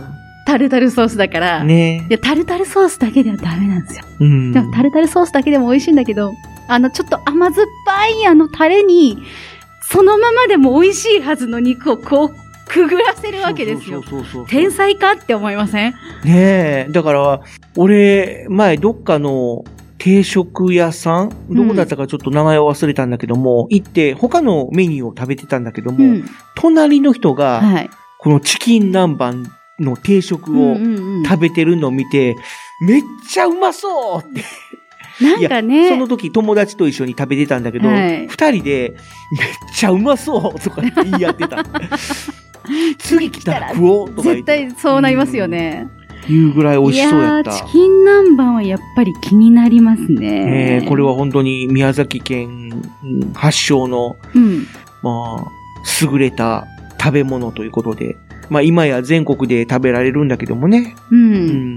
タルタルソースだから、ね。で、タルタルソースだけではダメなんですよ。うん、でもタルタルソースだけでも美味しいんだけど、あの、ちょっと甘酸っぱいあのタレに、そのままでも美味しいはずの肉をこうくぐらせるわけですよ。そうそうそうそう。天才かって思いません？ ねえ。だから、俺、前どっかの定食屋さん、どこだったかちょっと名前を忘れたんだけども、うん、行って他のメニューを食べてたんだけども、うん、隣の人が、はい、このチキン南蛮の定食を食べてるのを見て、うんうんうん、めっちゃうまそうって。 なんかね。 その時友達と一緒に食べてたんだけど、はい、二人で、めっちゃうまそうとか言い合ってた。次来たら食おうとか言って。 絶対そうなりますよね。 いうぐらい美味しそうやった。 いやー、チキン南蛮はやっぱり気になりますね。 えー、これは本当に宮崎県発祥の、うん、まあ、優れた食べ物ということで、まあ今や全国で食べられるんだけどもね。うん。うん、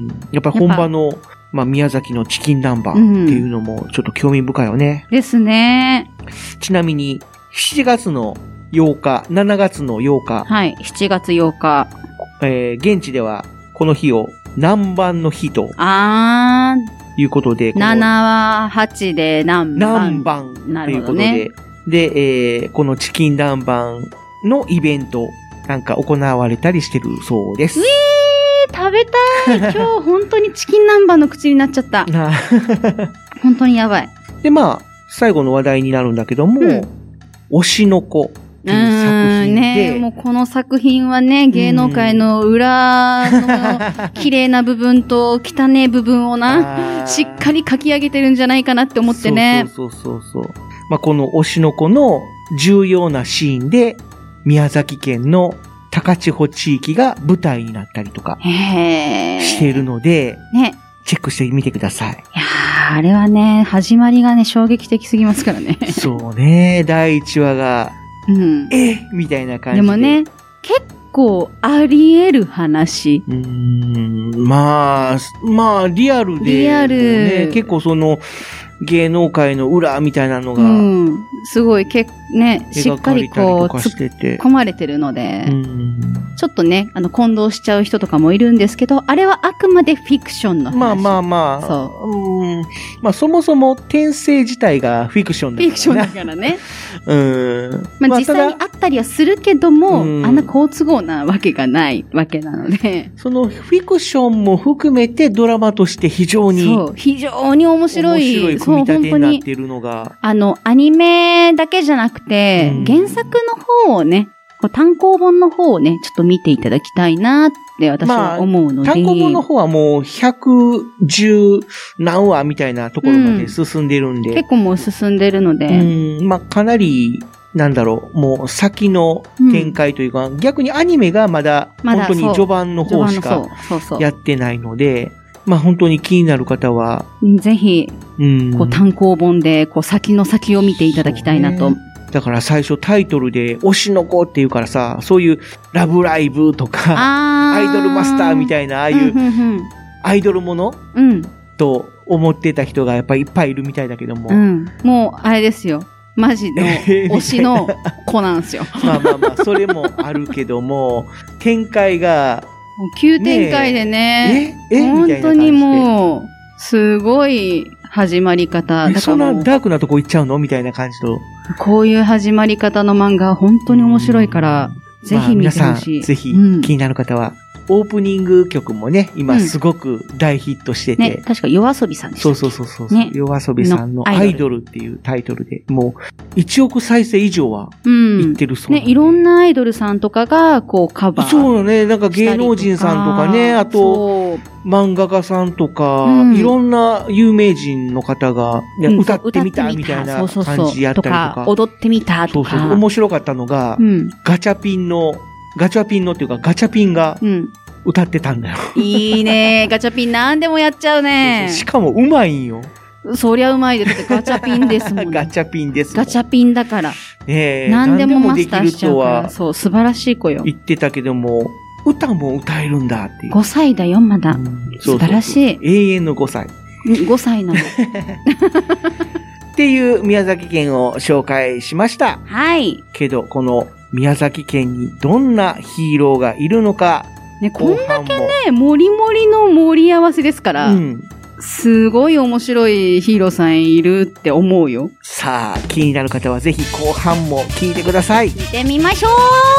やっぱり本場の、まあ、宮崎のチキン南蛮っていうのもちょっと興味深いよね。 うん、ですね。 ちなみに、しちがつのようか、しちがつのようか。 はい、しちがつようか。 えー、現地ではこの日を南蛮の日と。 あー。いうことで。 ななははちで南蛮。 南蛮。ということで。ね、で、えー、このチキン南蛮のイベントなんか行われたりしてるそうです。 えー食べたい今日本当にチキン南蛮の口になっちゃった。本当にやばい。 で、まあ、最後の話題になるんだけども、うん、推しの子っていう作品で。 ね、もうこの作品はね、芸能界の裏の綺麗な部分と汚い部分をな、しっかり書き上げてるんじゃないかなって思ってね。 そうそうそうそう。まあ、この推しの子の重要なシーンで、宮崎県の高千穂地域が舞台になったりとかしているので、ね、チェックしてみてください。いやー、あれはね、始まりがね、衝撃的すぎますからね。 そうね、だいいちわが、うん、えみたいな感じで。 でもね、結構あり得る話。 うーん、まあ、まあ、リアルで、ね、 リアル。 結構その、 芸能界の裏みたいなのが、 うん、すごいけね、しっかりこう突っ込まれてるので、うん、ちょっとね、あの混同しちゃう人とかもいるんですけど、あれはあくまでフィクションの話。 まあまあまあ、そう、うん、まあそもそも転生自体がフィクションだからね。フィクションだからね。うん。 まあ実際にあったりはするけども、うん、あんな好都合なわけがないわけなので、 そのフィクションも含めてドラマとして非常に、 そう、非常に面白い。面白い組み立てになっているのが。 あの、アニメだけじゃなくて、うん、原作の方をね、こう単行本の方をね、ちょっと見ていただきたいなって私は思うので。まあ、 単行本の方はもうひゃくじゅう何話みたいなところまで進んでるんで。 うん、結構もう進んでるので。 うん、まあ、かなり、なんだろう、もう先の展開というか、うん、逆にアニメがまだ本当に序盤の方しかやってないので、まあ本当に気になる方は、 ぜひ、うん、こう単行本でこう先の先を見ていただきたいなと。 だから最初タイトルで推しの子っていうからさ、そういうラブライブとか、アイドルマスターみたいな、ああいうアイドルもの、うん、と思ってた人がやっぱりいっぱいいるみたいだけども。 うん、もうあれですよ。マジの推しの子なんですよ。 まあまあまあ、それもあるけども、展開が、 もう急展開でね、ええ本当にもう、すごい始まり方。 だそんなダークなとこ行っちゃうのみたいな感じと。 こういう始まり方の漫画は本当に面白いから、ぜひ見てほしい。 まあ、皆さん、ぜひ気になる方は、オープニング曲もね、今すごく大ヒットしてて。うん、 ね、確か夜遊びさんでしたっけ。 そうそうそうそう、ね。夜遊びさんのアイドルっていうタイトルで、もういちおく再生以上はいってるそうなんで、 うん。ね、いろんなアイドルさんとかがこうカバー。 そうね、なんか芸能人さんとかね、あと漫画家さんとか、うん、いろんな有名人の方が、ね、うん、歌ってみたみたいな感じやったりとか。とか踊ってみたとか。そうそう。 面白かったのが、うん、ガチャピンの、ガチャピンのっていうかガチャピンが歌ってたんだよ。 うん、いいね。ガチャピン何でもやっちゃうね。 そうそうしかもうまいんよ。 そりゃうまいで。だってガチャピンですもん、ね。 ガチャピンですもん。ガチャピンだから。ねえ。何でもマスターしちゃうから。そう、素晴らしい子よ。 言ってたけども、歌も歌えるんだっていう。 ごさいだよ、まだ。うん、素晴らしい。 永遠のごさい。 ごさいなの。 っていう宮崎県を紹介しました。 はい。 けど、この宮崎県にどんなヒーローがいるのか。 ね、こんだけね、もりもりの盛り合わせですから、うん、すごい面白いヒーローさんいるって思うよ。 さあ、気になる方はぜひ後半も聞いてください。 見てみましょう。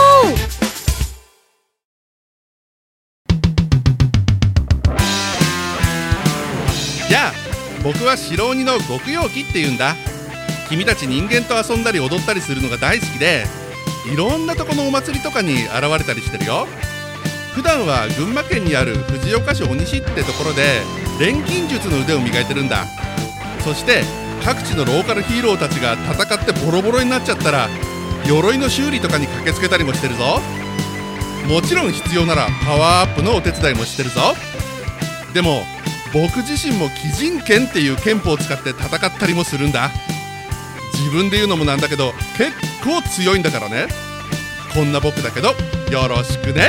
やあ、僕は白鬼の極陽気って言うんだ。君たち人間と遊んだり踊ったりするのが大好きで、いろんなとこのお祭りとかに現れたりしてるよ。普段は群馬県にある藤岡市鬼市ってところで錬金術の腕を磨いてるんだ。そして各地のローカルヒーローたちが戦ってボロボロになっちゃったら鎧の修理とかに駆けつけたりもしてるぞ。もちろん必要ならパワーアップのお手伝いもしてるぞ。でも僕自身も鬼人剣っていう剣法を使って戦ったりもするんだ。自分で言うのもなんだけど結構強いんだからね。こんな僕だけどよろしくね。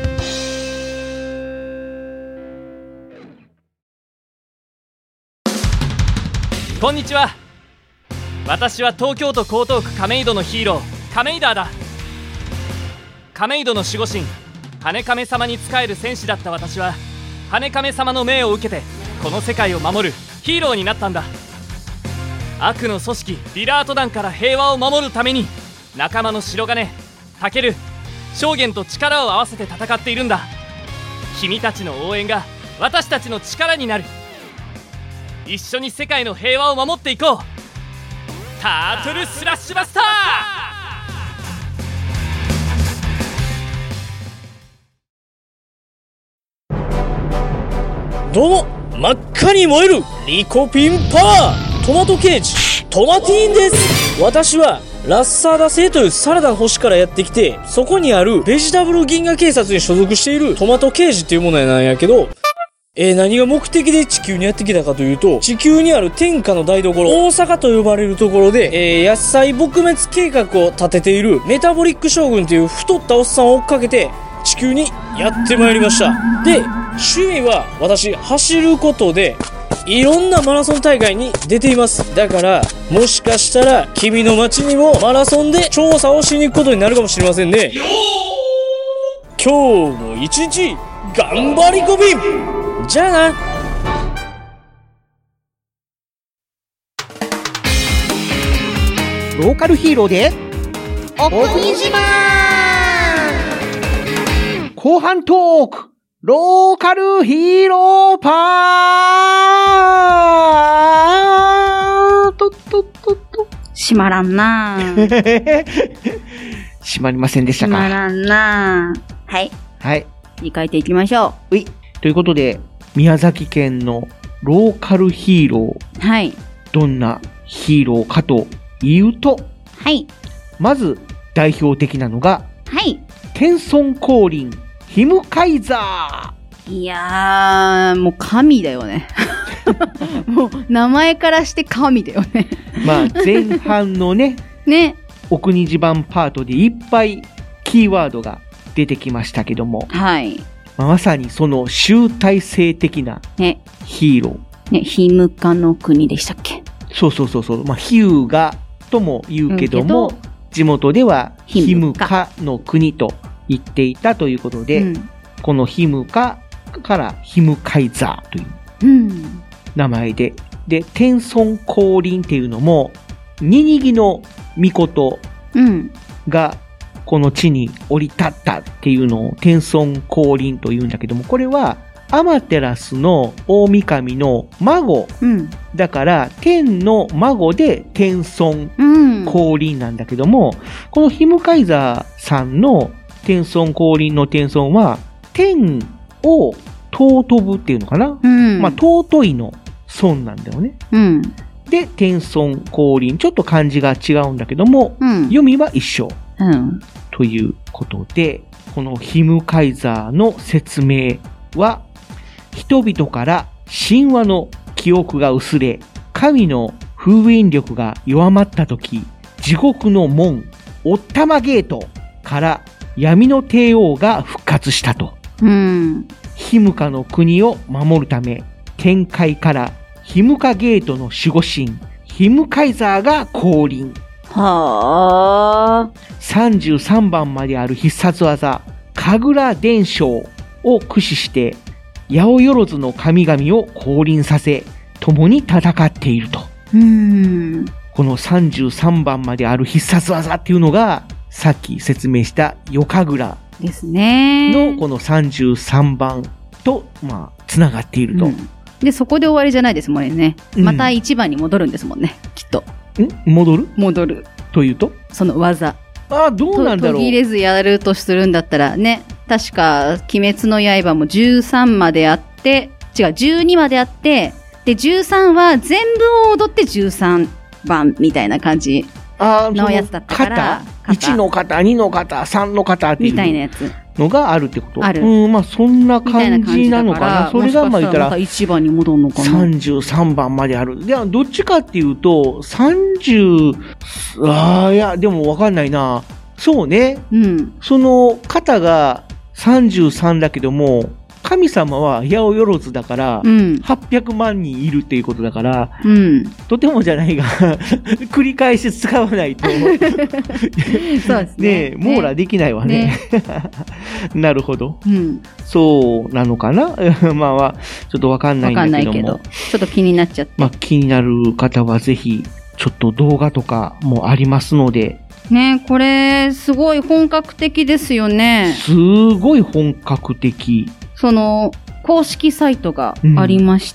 こんにちは。私は東京都江東区亀戸のヒーロー亀井ダーだ。亀戸の守護神羽亀様に仕える戦士だった私は羽亀様の命を受けてこの世界を守るヒーローになったんだ。悪の組織リラート団から平和を守るために仲間の白金タケル証言と力を合わせて戦っているんだ。君たちの応援が私たちの力になる。一緒に世界の平和を守っていこう。タートルスラッシュバスター。どうも、真っ赤に燃えるリコピンパワートマトケージトマティーンです。私はラッサーダ星というサラダの星からやってきて、そこにあるベジタブル銀河警察に所属しているトマトケージっていうものなんやけど、えー、何が目的で地球にやってきたかというと、地球にある天下の台所、大阪と呼ばれるところで、えー、野菜撲滅計画を立てているメタボリック将軍という太ったおっさんを追っかけて、地球にやってまいりました。で、趣味は私、走ることで、 いろんなマラソン大会に出ています。だからもしかしたら君の街にもマラソンで調査をしに行くことになるかもしれませんね。今日も一日頑張りこびん。じゃあな。 ローカルヒーローでお国自慢後半トークローカルヒーローパーとっとっとっと閉まらんな閉まりませんでしたか。 閉まらんなはい。 はい。 切り替えていきましょう。うい。ということで、宮崎県のローカルヒーロー。 はい。 どんなヒーローかというと、 はい。 まず、代表的なのが、 はい。 天孫降臨、ヒムカイザー。いやー、もう神だよね。もう、名前からして神だよね。 まあ、前半のね、 ね。 お国自慢パートでいっぱいキーワードが出てきましたけども。 はい。 まあ、まさにその集大成的なヒーロー。 ね、ヒムカの国でしたっけ？ そうそうそうそう。まあ、ヒューガとも言うけども、うん、けど地元ではヒムカの国と言っていたということで、うん、このヒムカからヒムカイザーという名前で、うん、で、天孫降臨っていうのも、ニニギの御事がこの地に降り立ったっていうのを天孫降臨というんだけども、これはアマテラスの大神の孫、うん、だから天の孫で天孫降臨なんだけども、うん、このヒムカイザーさんの天孫降臨の天孫は天を尊ぶっていうのかな、うん、まあ尊いの孫なんだよね、うん、で天孫降臨、ちょっと漢字が違うんだけども、うん、読みは一緒、うん、ということで、このヒムカイザーの説明は、人々から神話の記憶が薄れ、神の封印力が弱まったとき、地獄の門、オッタマゲートから闇の帝王が復活したと。うん、ヒムカの国を守るため、天界からヒムカゲートの守護神、ヒムカイザーが降臨。はあ。さんじゅうさんばんまである必殺技、神楽伝承を駆使して、八百万の神々を降臨させ、共に戦っていると。うーん、このさんじゅうさんばんまである必殺技っていうのが、さっき説明した夜神楽ですね。 のこのさんじゅうさんばんと、まあ、つながっていると、うん。 で、そこで終わりじゃないですもんね。またいちばんに戻るんですもんね、うん、きっと。 ん戻る戻る。 というとその技。 ああ、どうなんだろう。 途切れずやるとするんだったらね。確か、鬼滅の刃もじゅうさんまであって、違う、じゅうにまであって、で、じゅうさんは全部を踊ってじゅうさんばんみたいな感じのやつだったから。 型いちの型、にの型、さんの型っていうみたいなやつのがあるってこと。 ある。 うん、まあそんな感じなのかな。それがまあ言ったら、 またいちばんに戻るのかな。 さんじゅうさんばんまである。いや、どっちかっていうと、さんじゅう、ああ、いや、でもわかんないな。そうね。うん。その型がさんじゅうさんだけども、神様は八百万だから、うん、はっぴゃくまんにんいるっていうことだから、うん、とてもじゃないが、繰り返し使わないと、そうですね。 ね、網羅できないわね。ねなるほど、うん。そうなのかなまあ、ちょっとわかんないんだけども。わかんないけど、 ちょっと気になっちゃって。 まあ、気になる方はぜひ、ちょっと動画とかもありますので、 ね、これ、すごい本格的ですよね。 すごい本格的。 その、公式サイトがありまして、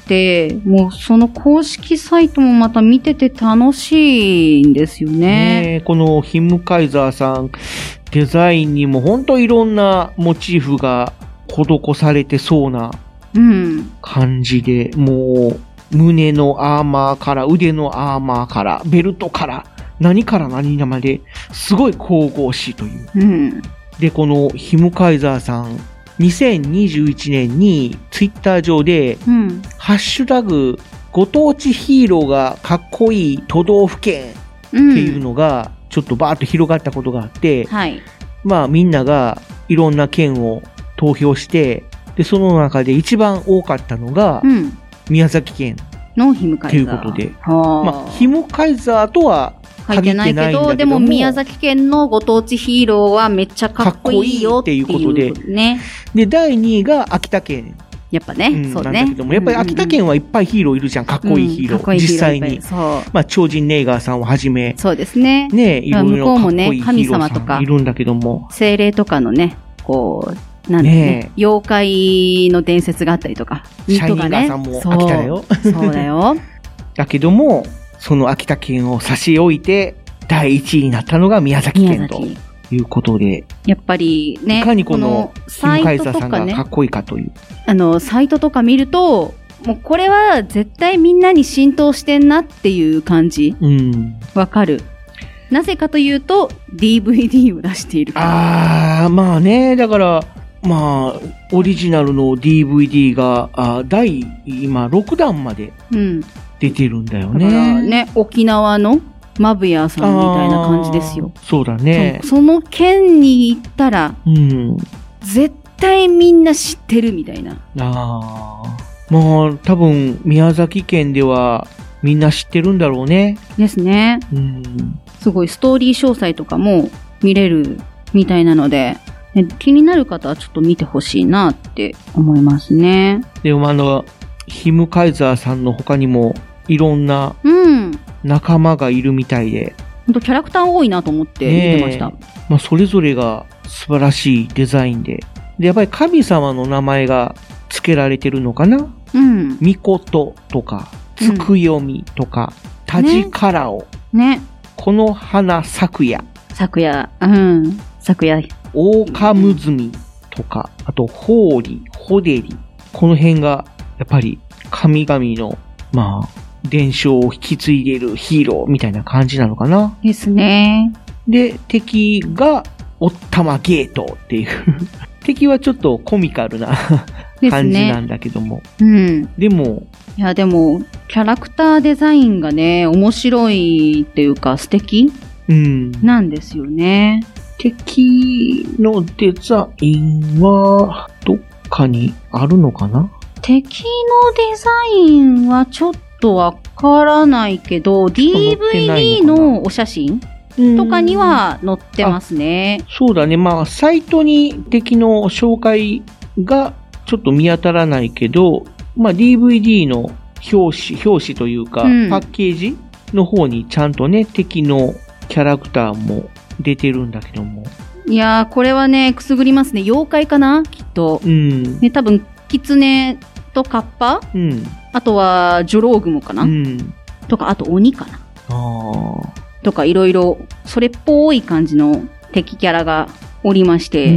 うん、もうその公式サイトもまた見てて楽しいんですよね。 ね、このヒムカイザーさん、デザインにも本当いろんなモチーフが施されてそうな感じで、うん、もう胸のアーマーから腕のアーマーからベルトから何から何まですごい神々しいという。うん、で、このヒムカイザーさん、にせんにじゅういちねんにツイッター上で、うん、ハッシュタグ、ご当地ヒーローがかっこいい都道府県っていうのが、ちょっとバーッと広がったことがあって、はい、まあみんながいろんな県を投票して、で、その中で一番多かったのが、うん、宮崎県のヒムカイザー。 ということで。まあ、ヒムカイザーとは書いてないけど、でも宮崎県のご当地ヒーローはめっちゃかっこいいよっていうことで。ね。 で、だいにいが秋田県。 やっぱね、うん、そうね。 なんだけども、やっぱり秋田県はいっぱいヒーローいるじゃん。かっこいいヒーロー。うん、かっこいいヒーロー実際に。そう。まあ、超人ネイガーさんをはじめ。 そうですね。 ね、いろいろかっこいいヒーローさん、 ね、神様とかいるんだけども。 精霊とかのね、こう、なんでね、ね妖怪の伝説があったりとか。 シャイニンガーさんも秋田だよ。 そうだよ。 だけども、その秋田県を差し置いて、だいいちいになったのが宮崎県ということで。 やっぱりね、 いかにこのヒムカイザーさんがかっこいいかという。 あの、サイトとか見ると、もうこれは絶対みんなに浸透してんなっていう感じ。うん。わかる。なぜかというと、ディーブイディー を出しているから。 ああ、まあね、だから、まあ、オリジナルの ディーブイディー が、あだい、今、ろくだんまで出てるんだよね。 だからね、沖縄のマブヤーさんみたいな感じですよ。 そうだね。 そ, その県に行ったら、うん、絶対みんな知ってるみたいな。 ああ。まあ、多分、宮崎県ではみんな知ってるんだろうね。 ですね。うん、すごいストーリー詳細とかも見れるみたいなので、気になる方はちょっと見てほしいなって思いますね。 でもあの、ヒムカイザーさんの他にもいろんな仲間がいるみたいで。 ほんとキャラクター多いなと思って見てました。 まあそれぞれが素晴らしいデザインで。で、やっぱり神様の名前が付けられてるのかな？うん。ミコトとか、つくよみとか、タジカラオ。 ね。ね。 この花咲夜。 咲夜。うん。咲夜。 オオカムズミとか、あと、ホーリ、ホデリ。この辺が、やっぱり、神々の、まあ、伝承を引き継いでいるヒーローみたいな感じなのかな。 ですね。 で、敵が、オッタマゲートっていう。敵はちょっとコミカルな感じなんだけども。 うん。 でも、 いや、でも、キャラクターデザインがね、面白いっていうか、素敵うん。なんですよね。 敵のデザインは、どっかにあるのかな？ 敵のデザインはちょっとわからないけど、ディーブイディー のお写真とかには載ってますね。 そうだね。まあ、サイトに敵の紹介がちょっと見当たらないけど、まあ、ディーブイディー の表紙、表紙というか、うん、パッケージの方にちゃんとね、敵のキャラクターも出てるんだけども。 いやー、これはね、くすぐりますね。妖怪かなきっと。うん。ね、多分、キツネとカッパうん。あとは、ジョロウグモかなうん。とか、あと鬼かなああ。とか、いろいろ、それっぽい感じの敵キャラがおりまして、うん。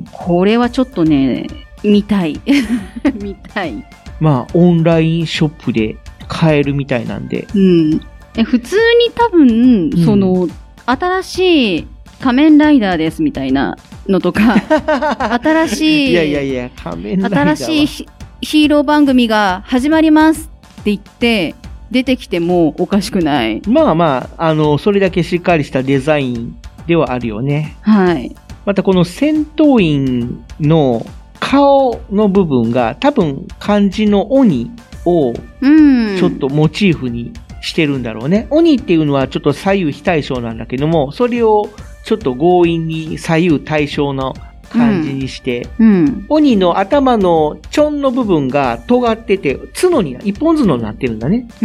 これはちょっとね、見たい。見たい。 まあ、オンラインショップで買えるみたいなんで。 うん。普通に多分、その、うん、新しい仮面ライダーですみたいなのとか、新しい、 いやいやいや、仮面ライダーは新しいヒーロー番組が始まりますって言って、出てきてもおかしくない。 まあまあ、あの、それだけしっかりしたデザインではあるよね。 はい。 またこの戦闘員の顔の部分が多分漢字の鬼をちょっとモチーフにしてるんだろうね。鬼っていうのはちょっと左右非対称なんだけども、それをちょっと強引に左右対称の感じにして、うんうん、鬼の頭のちょんの部分が尖ってて、角に、一本角になってるんだね。うん、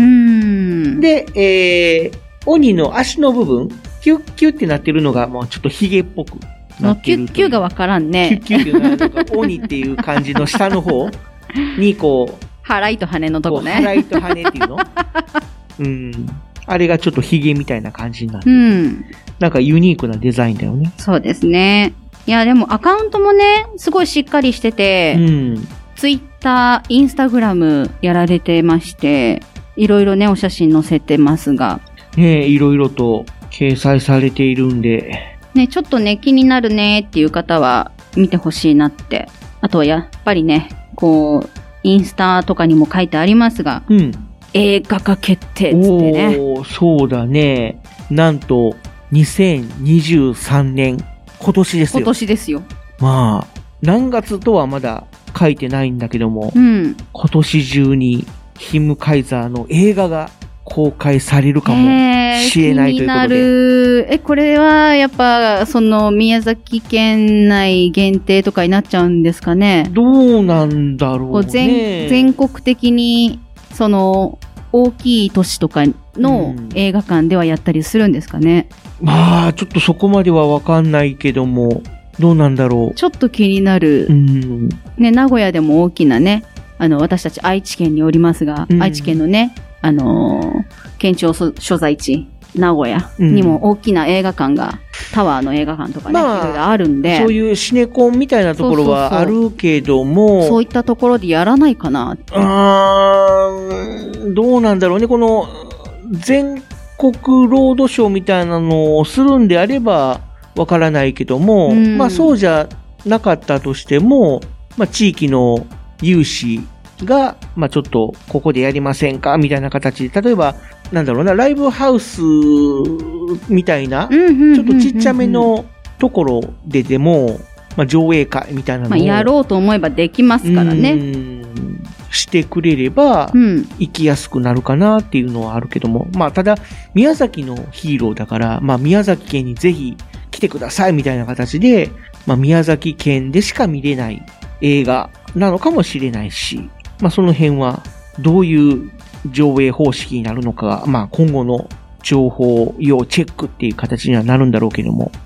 で、えー、鬼の足の部分、キュッキュッってなってるのがもうちょっとヒゲっぽくなってる。 キュッキュがわからんね。 キュッキュっていうのは鬼っていう感じの下の方にこう、 払いと羽のとこね。 払いと羽っていうのうん。あれがちょっとヒゲみたいな感じになってる。うん。なんかユニークなデザインだよね。 そうですね。いや、でもアカウントもね、すごいしっかりしてて、うん。ツイッター、インスタグラムやられてまして、いろいろね、お写真載せてますが。 ねえ、いろいろと掲載されているんで。 ね、ちょっとね、気になるねっていう方は見てほしいなって。あとはやっぱりね、こう、インスタとかにも書いてありますが、うん。映画化決定ってね。 おー、そうだね。なんと、にせんにじゅうさんねん、今年ですよ。 今年ですよ。 まあ、何月とはまだ書いてないんだけども、うん、今年中にヒムカイザーの映画が公開されるかもしれないということで。 気になる。え、これはやっぱ、その宮崎県内限定とかになっちゃうんですかね。 どうなんだろうね。 全、全国的に、その、大きい都市とかの映画館ではやったりするんですかね。 うん、まあ、ちょっとそこまではわかんないけども、どうなんだろう。 ちょっと気になる。うん、ね、名古屋でも大きなね、あの、私たち愛知県におりますが、うん、愛知県のね、あのー、県庁所在地、名古屋にも大きな映画館が、うん、タワーの映画館とかね、まあ、いろいろあるんで。 そういうシネコンみたいなところはあるけども。 そうそうそう、そういったところでやらないかなって。 あー、どうなんだろうね。この、全国ロードショーみたいなのをするんであれば、わからないけども、うん、まあそうじゃなかったとしても、まあ地域の有志が、まあちょっとここでやりませんかみたいな形で、例えば、なんだろうな、ライブハウスみたいな、ちょっとちっちゃめのところででも、まあ上映会みたいなのを、 まあやろうと思えばできますからね。 してくれれば、行きやすくなるかなっていうのはあるけども、うん、まあただ、宮崎のヒーローだから、まあ宮崎県にぜひ来てくださいみたいな形で、まあ宮崎県でしか見れない映画なのかもしれないし、まあその辺はどういう上映方式になるのかが、まあ今後の情報要チェックっていう形にはなるんだろうけども、 うん。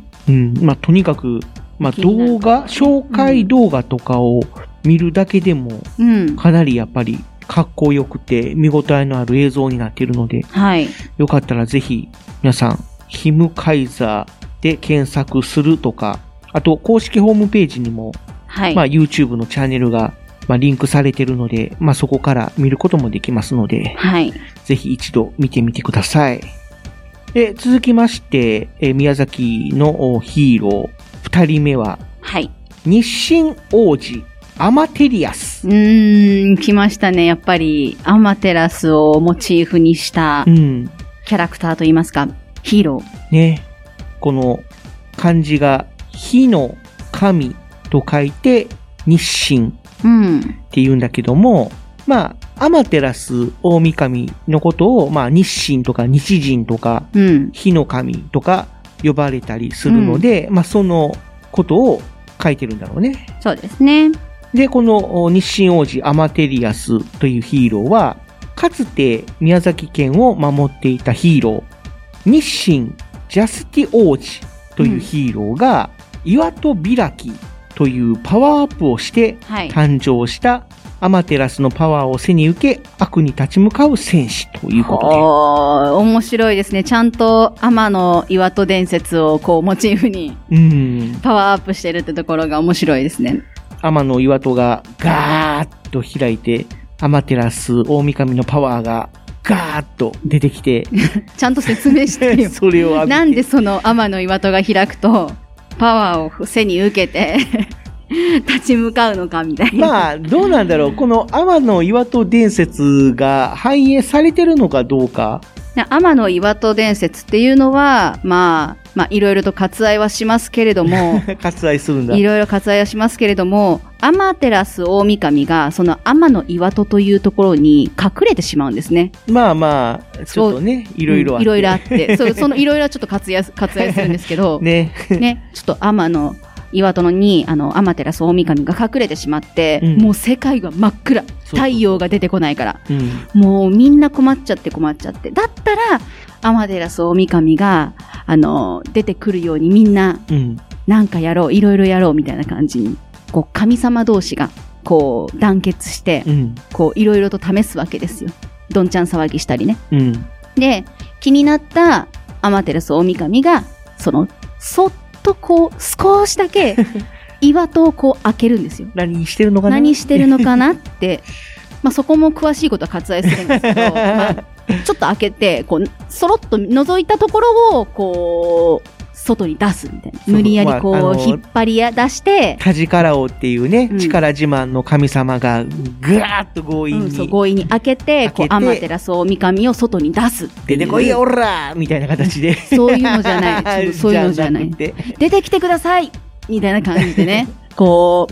うん。まあとにかく、まあ動画、紹介動画とかを見るだけでも、かなりやっぱりかっこよくて見応えのある映像になっているので、 はい。 よかったらぜひ皆さん、ヒムカイザーで検索するとか、あと公式ホームページにも、 はい。 まあ YouTube のチャンネルが、まあリンクされているので、まあそこから見ることもできますので、 はい。 ぜひ一度見てみてください。で、続きまして、え宮崎のヒーロー、二人目は、 はい。 日清王子、アマテリアス。 うーん、来ましたね。やっぱり、アマテラスをモチーフにした、キャラクターといいますか、うん、ヒーロー。ね。この漢字が、火の神と書いて、日清って言うんだけども、うん、まあ、アマテラス大神のことを、まあ、日清とか日神とか、 うん、 火の神とか呼ばれたりするので、うん、まあ、そのことを書いてるんだろうね。 そうですね。 で、この日清王子アマテリアスというヒーローは、かつて宮崎県を守っていたヒーロー、日清ジャスティ王子というヒーローが、うん、岩戸開きというパワーアップをして誕生したアマテラスのパワーを背に受け、悪に立ち向かう戦士ということで。 おー、面白いですね。ちゃんと天の岩戸伝説をこうモチーフにパワーアップしてるってところが面白いですね。 天の岩戸がガーッと開いて、アマテラス大神のパワーがガーッと出てきて。 ちゃんと説明してよ。 それを浴びて。 なんでその天の岩戸が開くと、パワーを背に受けて、立ち向かうのかみたいな。 まあ、どうなんだろう。この天の岩戸伝説が反映されてるのかどうか。 天の岩戸伝説っていうのは、まあ、まあ、いろいろと割愛はしますけれども。 割愛するんだ。 いろいろ割愛はしますけれども、アマテラス大神が、その天の岩戸というところに隠れてしまうんですね。 まあまあ、ちょっとね、いろいろあって。 いろいろあって。そ, そのいろいろちょっと割愛、割愛するんですけど。 ね。 ね、ちょっと天の岩戸のに、あの、アマテラス大神が隠れてしまって、うん、もう世界が真っ暗。太陽が出てこないから、 うん。 もうみんな困っちゃって困っちゃって。だったら、アマテラス大神が、あの、出てくるようにみんな、なんかやろう、いろいろやろうみたいな感じに、こう、神様同士が、こう、団結して、 うん、 こう、いろいろと試すわけですよ。どんちゃん騒ぎしたりね。 うん、 で、気になったアマテラス大神が、その、そっとこう、少しだけ、岩戸をこう開けるんですよ。 何してるのかな何してるのかなって。まあそこも詳しいことは割愛するんですけど、まあ、ちょっと開けて、こう、そろっと覗いたところを、こう、外に出すみたいな。無理やりこう、まあ、引っ張り出して。 タジカラオっていうね、うん、力自慢の神様が、ぐわーっと強引に、うん。 そう、強引に開けて、こう、アマテラス大神を外に出す。 出てこいよ、おらーみたいな形で。 そういうのじゃない。そういうのじゃない。出てきてくださいみたいな感じでね、こう、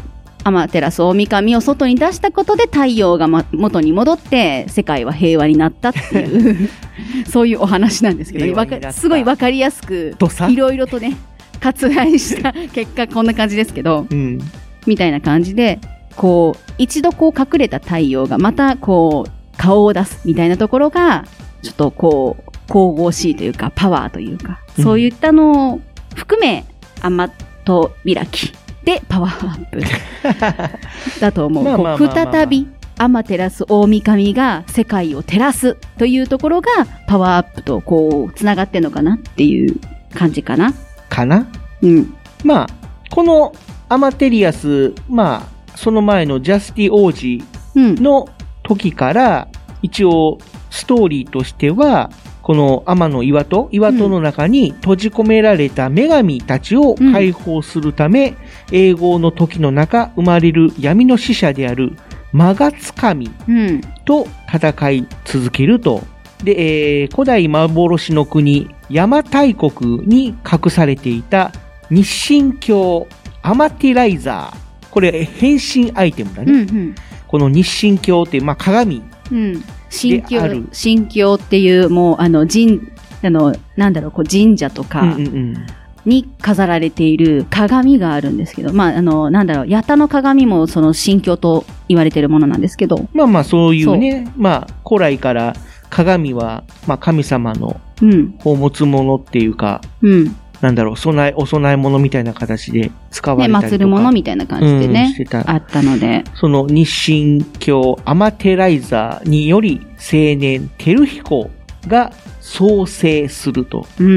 アマテラス大神を外に出したことで太陽が、ま、元に戻って世界は平和になったっていうそういうお話なんですけど、わかすごい分かりやすくいろいろとね割愛した結果こんな感じですけど、うん、みたいな感じでこう一度こう隠れた太陽がまたこう顔を出すみたいなところがちょっとこう神々しいというかパワーというか、うん、そういったのを含めアマト開きでパワーアップだと思う。こう再びアマテラス大神が世界を照らすというところがパワーアップとこうつながってんのかなっていう感じかなかな。うん。まあこのアマテリアス、まあその前のジャスティ王子の時から、うん、一応ストーリーとしてはこの天の岩戸、岩戸の中に閉じ込められた女神たちを解放するため、うん、永劫の時の中生まれる闇の使者であるマガツ神と戦い続けると。で、えー、古代幻の国、邪馬台国に隠されていた日神鏡アマテライザー。これ変身アイテムだね。うんうん、この日神鏡って、まあ、鏡。うん神教、 神教っていう、もう、あの、神、あの、なんだろう、こう、神社とかに飾られている鏡があるんですけど、まあ、あの、なんだろう、八田の鏡もその神教と言われているものなんですけど。 まあまあ、そういうね、まあ、古来から鏡は、まあ、神様の宝物物っていうか、うん。なんだろう、供え、お供え物みたいな形で使われたりとか。ね、祀るものみたいな感じでね、うん、あったので。 その日神教アマテライザーにより青年照彦が創生すると。うん。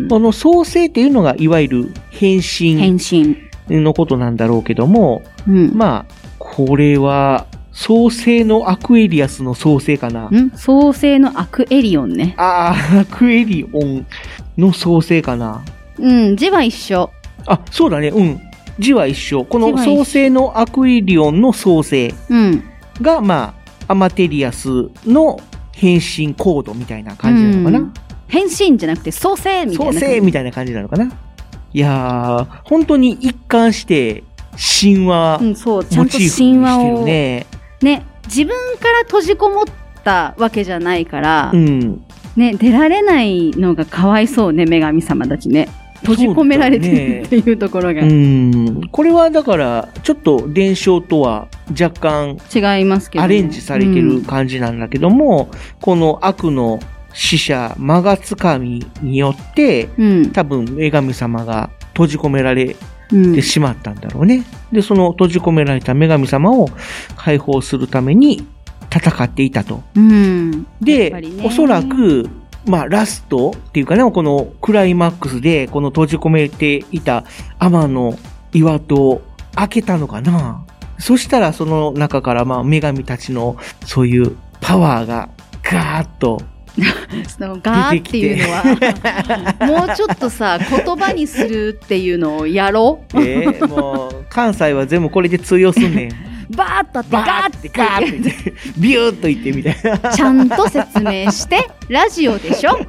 この創生っていうのがいわゆる変身。変身。のことなんだろうけども、うん、まあ、これは、創生のアクエリアスの創生かな。 ん創生のアクエリオンね。 ああ、アクエリオンの創生かな。 うん、字は一緒。 あ、そうだね、うん。字は一緒。この創生のアクエリオンの創生が、うん、まあ、アマテリアスの変身コードみたいな感じなのかな。うん、 変身じゃなくて創生みたいな。 創生みたいな感じなのかな。いやー、本当に一貫して神話モチーフにしてるね。 ね、自分から閉じこもったわけじゃないから、うん、ね、出られないのがかわいそうね、女神様たちね。閉じ込められてるっていうところが。う、ね、 ん。これはだから、ちょっと伝承とは若干違いますけど、ね、 アレンジされてる感じなんだけども、うん、この悪の使者、マガツ神によって、うん、多分女神様が閉じ込められてしまったんだろうね。うん、で、その閉じ込められた女神様を解放するために戦っていたと。うん、で、おそらく、まあ、ラストっていうかね、このクライマックスで、この閉じ込めていた天の岩戸を開けたのかな。そしたらその中から、まあ、女神たちのそういうパワーがガーッとそのガーっていうのは、もうちょっとさ、言葉にするっていうのをやろう。 えー、もう、関西は全部これで通用すんねん。 バーッとあってガーってガーってビューッといってみたいな。 ちゃんと説明してラジオでしょ。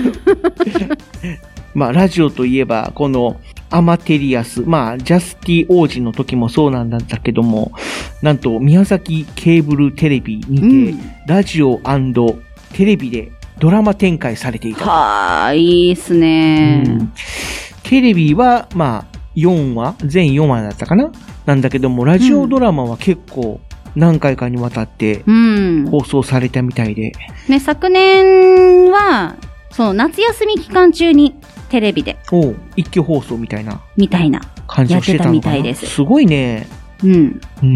まあラジオといえばこのアマテリアス、まあジャスティ王子の時もそうなんだけども、なんと宮崎ケーブルテレビにて、うん、ラジオ&テレビでドラマ展開されていた。 はー、いいっすね、うん。 テレビはまあよんわ、全よんわだったかななんだけども、ラジオドラマは結構何回かにわたって放送されたみたいで。 うん、ね、昨年は、その夏休み期間中にテレビで。 おう、一挙放送みたいな。 みたいな。 感じをしてたのかな。やってたみたいです。すごいね。うん。うん。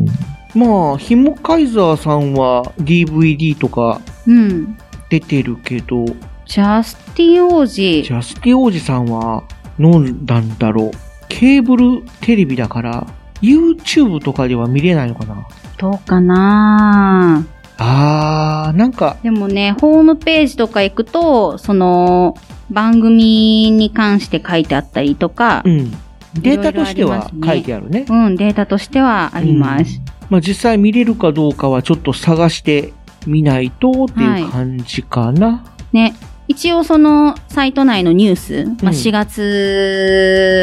まあ、ひもカイザーさんは ディーブイディー とか出てるけど、うん、 ジャスティ王子。ジャスティ王子さんは飲んだんだろう。ケーブルテレビだから YouTube とかでは見れないのかな。 どうかなあー、なんかでもね、ホームページとか行くとその番組に関して書いてあったりとか、うん、 データとしては書いてあるね。 うん、データとしてはあります。うん、 まあ実際見れるかどうかはちょっと探してみないとっていう感じかな。はい、ね。一応そのサイト内のニュース、まあ、しがつ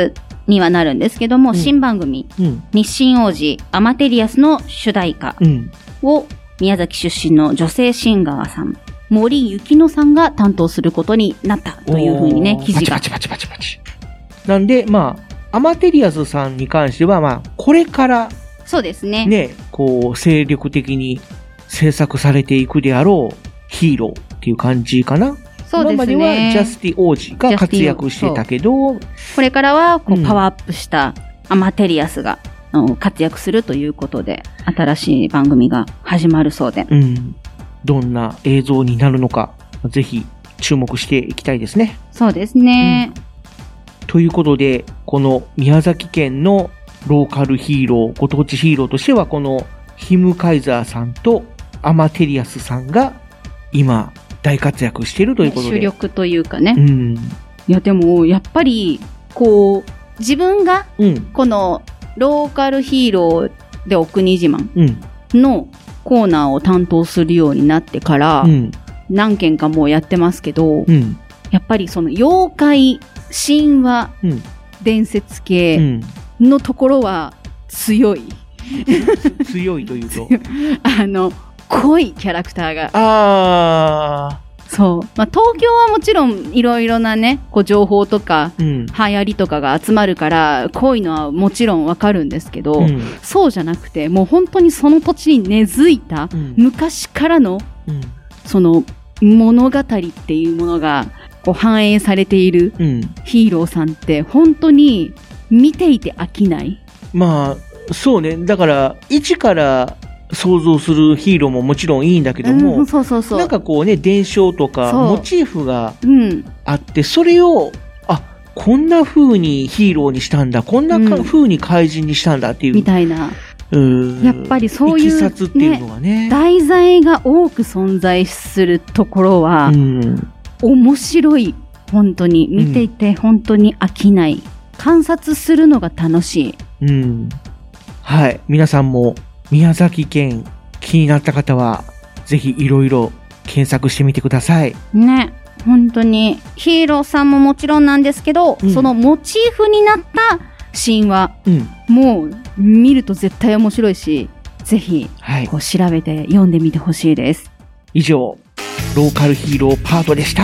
にはなるんですけども、うん、新番組、うん、日清王子アマテリアスの主題歌を宮崎出身の女性シンガーさん、森雪乃さんが担当することになったというふうにね、記事が。 パチパチパチパチパチ。なんで、まあ、アマテリアスさんに関しては、まあ、これから、 そうですね。 ね、こう、精力的に制作されていくであろうヒーローっていう感じかな。 そうですね。今まではジャスティ王子が活躍してたけど、 これからはこう、うん、パワーアップしたアマテリアスが活躍するということで、新しい番組が始まるそうで。 うん。どんな映像になるのか、ぜひ注目していきたいですね。 そうですね。うん、 ということで、この宮崎県のローカルヒーロー、ご当地ヒーローとしては、このヒムカイザーさんとアマテリアスさんが今、大活躍しているということで。 主力というかね。 うん。 いや、でも、やっぱり、こう、自分が、この、ローカルヒーローでお国自慢のコーナーを担当するようになってから、うん、何件かもうやってますけど、うん、やっぱりその妖怪、神話、うん、伝説系のところは強い。 強いというとあの、濃いキャラクターが。 あそう。まあ、東京はもちろんいろいろなね、こう情報とか、うん、流行りとかが集まるから、濃いのはもちろんわかるんですけど、うん、そうじゃなくて、もう本当にその土地に根付いた、うん、昔からの、うん、その物語っていうものがこう反映されているヒーローさんって、本当に見ていて飽きない。 まあ、そうね。だから、一から、想像するヒーローももちろんいいんだけども、 うん、そうそうそう。 なんかこうね、伝承とかモチーフがあって、それを、あ、こんな風にヒーローにしたんだ、こんな風に怪人にしたんだっていう。 みたいな。 うーん。 やっぱりそういう、 いきさつっていうのはね。 題材が多く存在するところは、うん、面白い。本当に。見ていて本当に飽きない。うん、観察するのが楽しい。 うん。はい。皆さんも、宮崎県気になった方はぜひいろいろ検索してみてください。 ね、本当にヒーローさんももちろんなんですけど、うん、そのモチーフになった神話、うん、もう見ると絶対面白いし、ぜひこう調べて読んでみてほしいです。 以上、ローカルヒーローパートでした。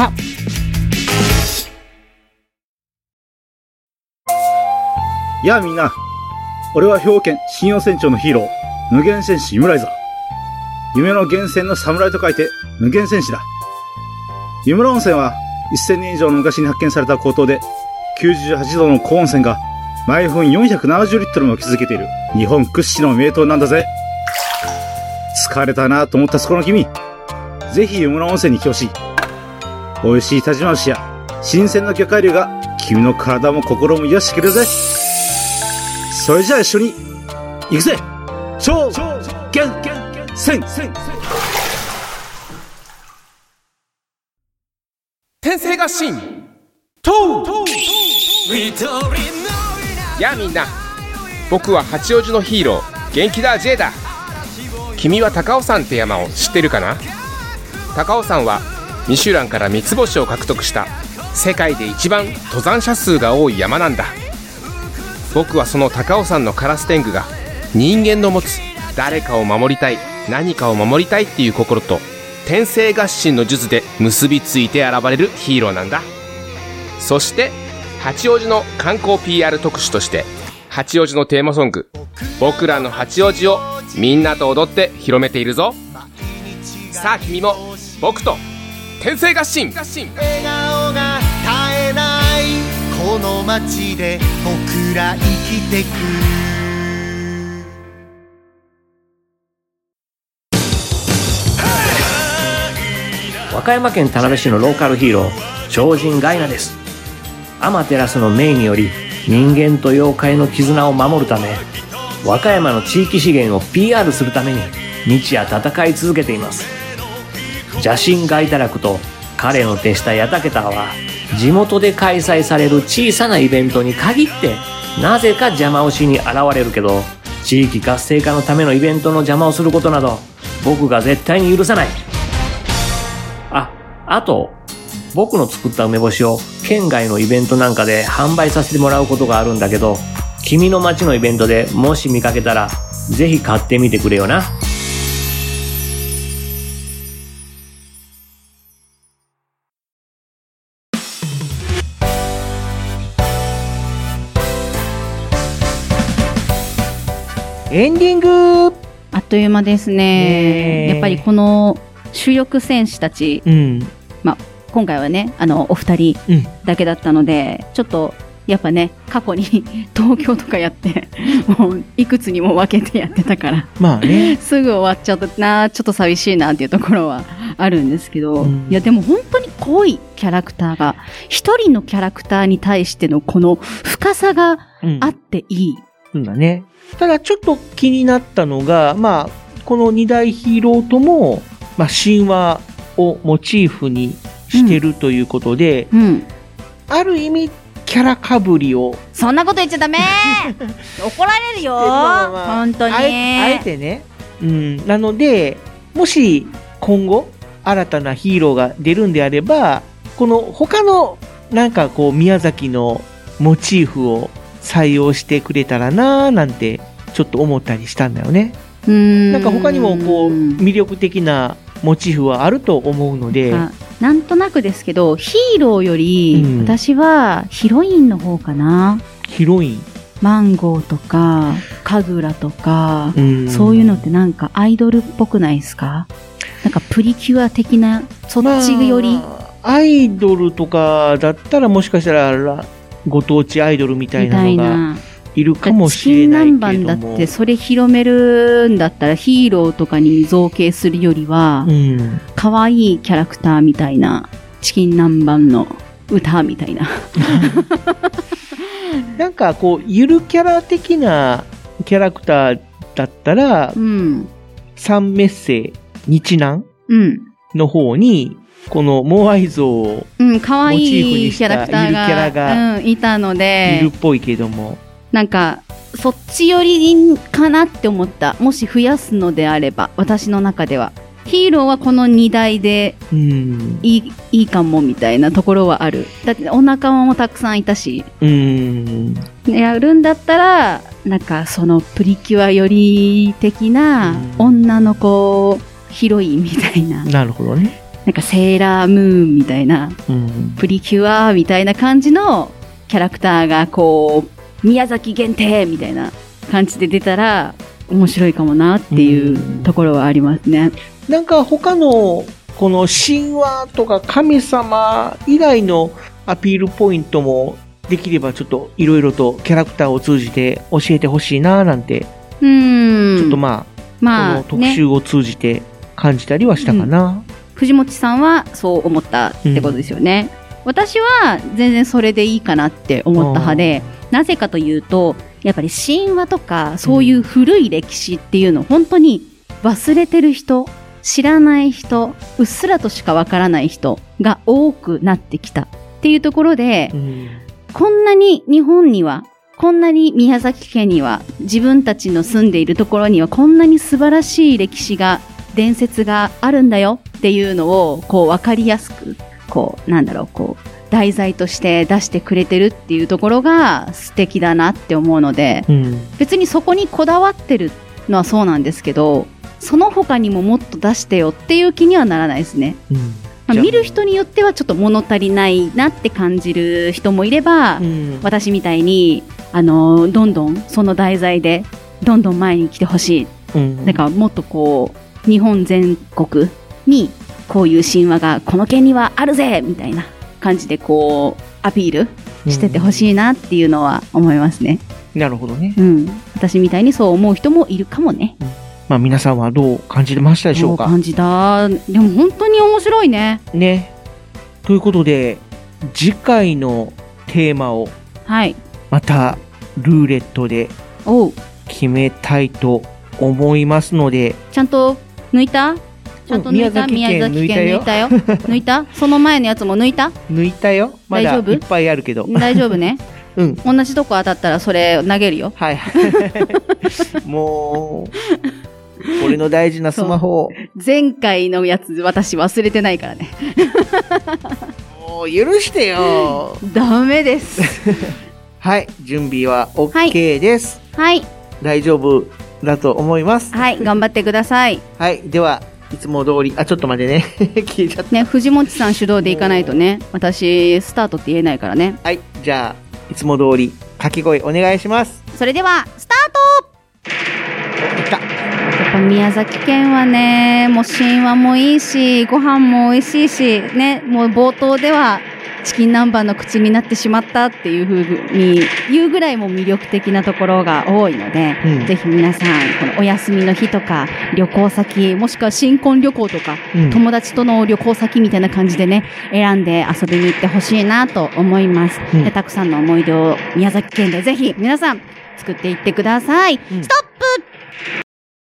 やあみんな、俺は兵庫県信用船長のヒーロー、無限戦士イムライザー。夢の源泉の侍と書いて無限戦士だ。湯村温泉はせんねん以上の昔に発見された鉱洞で、きゅうじゅうはちどの高温泉が毎分よんひゃくななじゅうリットルも吹き続けている日本屈指の名湯なんだぜ。疲れたなと思ったそこの君、ぜひ湯村温泉に来てほしい。美味しい但馬牛や新鮮な魚介類が君の体も心も癒してくれるぜ。それじゃあ一緒に行くぜ。超厳選天生合心とやあみんな、僕は八王子のヒーロー元気だ J だ。君は高尾山って山を知ってるかな。高尾山はミシュランから三つ星を獲得した世界で一番登山者数が多い山なんだ。僕はその高尾山のカラス天狗が人間の持つ誰かを守りたい、何かを守りたいっていう心と天生合心の術で結びついて現れるヒーローなんだ。そして八王子の観光 ピーアール 特集として八王子のテーマソング僕らの八王子をみんなと踊って広めているぞ。さあ君も僕と天生合心。笑顔が絶えないこの街で僕ら生きてく。 和歌山県田辺市のローカルヒーロー超人ガイナです。アマテラスの命により人間と妖怪の絆を守るため、和歌山の地域資源を ピーアール するために日夜戦い続けています。邪神ガイタラクと彼の手下ヤタケタは地元で開催される小さなイベントに限ってなぜか邪魔をしに現れるけど、地域活性化のためのイベントの邪魔をすることなど僕が絶対に許さない。あ、あと僕の作った梅干しを県外のイベントなんかで販売させてもらうことがあるんだけど、君の町のイベントでもし見かけたらぜひ買ってみてくれよな。 エンディング。 あっという間ですね。やっぱりこの主力選手たち、うん、まあ今回はね、あのお二人だけだったので、うん、ちょっとやっぱね、過去に東京とかやってもういくつにも分けてやってたから、まあね、すぐ終わっちゃったな、ちょっと寂しいなっていうところはあるんですけど、うん、いやでも本当に濃いキャラクターが、一人のキャラクターに対してのこの深さがあっていい。 うん、そうだね。ただちょっと気になったのが、まあこの二大ヒーローとも、まあ、神話をモチーフにしてるということで、うんうん、ある意味キャラかぶりを。 そんなこと言っちゃダメ怒られるよ、まあまあ、本当に。あえ、 あえてね、うん、なのでもし今後新たなヒーローが出るんであれば、この他のなんかこう宮崎のモチーフを採用してくれたらなーなんてちょっと思ったりしたんだよね。うーん、なんか他にもこう魅力的なモチーフはあると思うので、 なんとなくですけどヒーローより私はヒロインの方かな。 ヒロイン、 マンゴーとか神楽とか、そういうのってなんかアイドルっぽくないですか？なんかプリキュア的な、そっちより、まあ、アイドルとかだったらもしかしたらご当地アイドルみたいなのがいるかもしれないけども、チキン南蛮だってそれ広めるんだったらヒーローとかに造形するよりは、うん、可愛いキャラクターみたいな、チキン南蛮の歌みたいななんかこうゆるキャラ的なキャラクターだったら、うん、三メッセ日南の方に、このモアイ像をモチーフにしたゆるキャラがいたので、いるっぽいけども、 なんかそっち寄りかなって思った。もし増やすのであれば、私の中ではヒーローはこのにだいでいい、いいかもみたいなところはある。だってお仲間もたくさんいたし、うーん、やるんだったらなんかそのプリキュア寄り的な女の子ヒロインみたいな、 なるほどね、 なんかセーラームーンみたいな、うん、プリキュアみたいな感じのキャラクターがこう宮崎限定みたいな感じで出たら面白いかもなっていうところはありますね。 なんか他のこの神話とか神様以外のアピールポイントもできればちょっといろいろとキャラクターを通じて教えてほしいななんて、うーん、ちょっとまあ、まあ、この特集を通じて感じたりはしたかな。うん、 藤本さんはそう思ったってことですよね。うん、私は全然それでいいかなって思った派で、なぜかというとやっぱり神話とかそういう古い歴史っていうのを本当に忘れてる人、知らない人、うっすらとしかわからない人が多くなってきたっていうところで、うん、こんなに日本には、こんなに宮崎県には、自分たちの住んでいるところにはこんなに素晴らしい歴史が、伝説があるんだよっていうのをこう分かりやすく、こうなんだろう、こう題材として出してくれてるっていうところが素敵だなって思うので、うん、別にそこにこだわってるのはそうなんですけど、その他にももっと出してよっていう気にはならないですね。うん、まあ、見る人によってはちょっと物足りないなって感じる人もいれば、うん、私みたいにあのどんどんその題材でどんどん前に来てほしい、うん、だからもっとこう日本全国にこういう神話がこの県にはあるぜみたいな感じでこうアピールしててほしいなっていうのは思いますね。 うん、なるほどね。 うん、私みたいにそう思う人もいるかもね。うん、 まあ、皆さんはどう感じてましたでしょうか。 どう感じた。でも本当に面白いね。 ね。ということで次回のテーマをまたルーレットで決めたいと思いますので、 ちゃんと抜いた？ちゃんと抜いた？宮崎県抜いたよ。抜いた？その前のやつも抜いた？ 抜いたよ。まだいっぱいあるけど。 大丈夫ね。うん、同じとこ当たったらそれ投げるよ。 はい。もう俺の大事なスマホを。 前回のやつ私忘れてないからね。 もう許してよ。 ダメです。 はい、準備は OK です。 はい。 大丈夫だと思います。 はい、頑張ってください。 はい、ではいつも通り、あ、ちょっと待ってね。消えちゃった。 ね、藤本さん主導でいかないとね、私、スタートって言えないからね。 はい、じゃあ、いつも通り、掛け声お願いします。 それでは、スタート。いった。やっぱ宮崎県はね、もう神話もいいし、ご飯も美味しいし、ね、もう冒頭では、チキン南蛮の口になってしまったっていう風に言うぐらいも魅力的なところが多いので、うん、ぜひ皆さん、このお休みの日とか、旅行先、もしくは新婚旅行とか、うん、友達との旅行先みたいな感じでね、選んで遊びに行ってほしいなと思います。うん、でたくさんの思い出を宮崎県でぜひ皆さん作っていってください。うん、ストップ！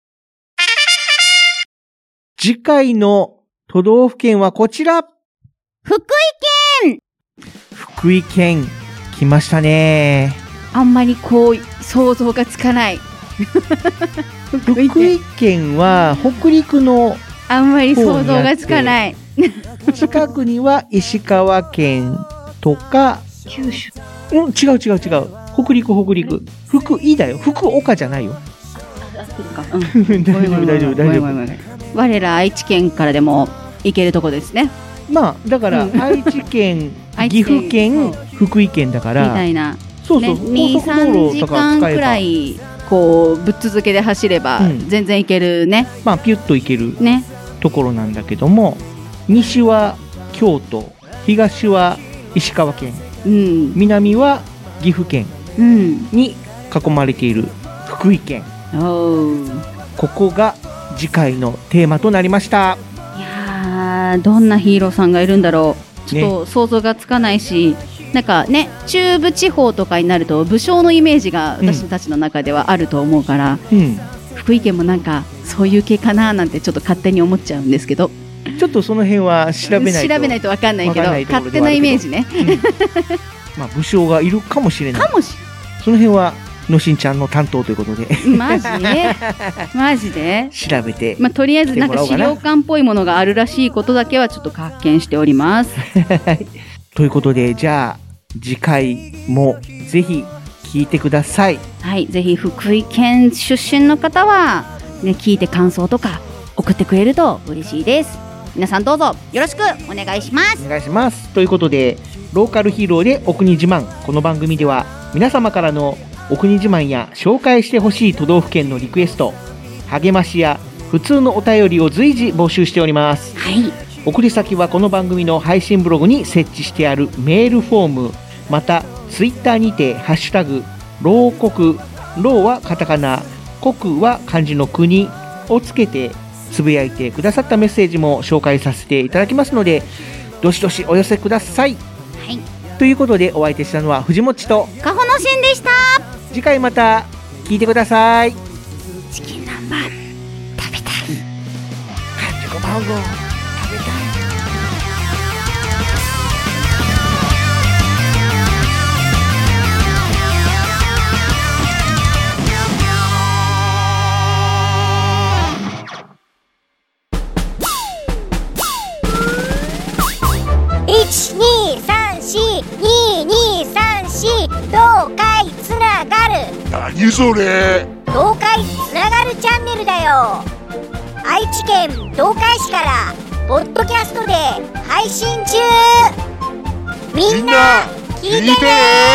次回の都道府県はこちら。 福井県！ 福井県来ましたね。 あんまりこう想像がつかない。 福井県、福井県は北陸のあんまり想像がつかない。 近くには石川県とか九州。 うん、違う違う違う。北陸北陸。福井だよ。福岡じゃないよ。 うん、 大丈夫大丈夫大丈夫。 我ら愛知県からでも行けるとこですね。 まあだから愛知県、岐阜県、福井県だからみたいな。 そうそう。 に、さんじかんくらいこうぶっ続けで走れば全然行けるね。 まあピュッと行けるところなんだけども、西は京都、東は石川県、南は岐阜県に囲まれている福井県。ここが次回のテーマとなりました。 いやー、どんなヒーローさんがいるんだろう。ちょっと想像がつかないし、ね、なんかね、中部地方とかになると武将のイメージが私たちの中ではあると思うから、うん、福井県もなんかそういう系かななんてちょっと勝手に思っちゃうんですけど、 ちょっとその辺は調べないと調べないと分かんないけど、勝手なイメージね、うん、 まあ武将がいるかもしれない。 かもしその辺はのしんちゃんの担当ということでマジでマジで調べて、 まあ、とりあえずなんか資料館っぽいものがあるらしいことだけはちょっと発見しておりますということで、じゃあ次回もぜひ聞いてください。 はい、ぜひ福井県出身の方は、ね、聞いて感想とか送ってくれると嬉しいです。皆さんどうぞよろしくお願いします。 お願いします。ということで、ローカルヒーローでお国自慢、この番組では皆様からのお国自慢や紹介してほしい都道府県のリクエスト、励ましや普通のお便りを随時募集しております。 はい、 送り先はこの番組の配信ブログに設置してあるメールフォーム、またツイッターにてハッシュタグロー国、ローはカタカナ、国は漢字の国をつけてつぶやいてくださったメッセージも紹介させていただきますので、どしどしお寄せください。 はい、 ということで、お相手したのは藤もちとかほのしんでした。 次回また聞いてください。 チキン南蛮食べたい。 半熟マンゴー食べたい。 いちにさんしににさんし東海つながる。 何それ？ 東海つながるチャンネルだよ。愛知県東海市からポッドキャストで配信中。みんな聞いてね。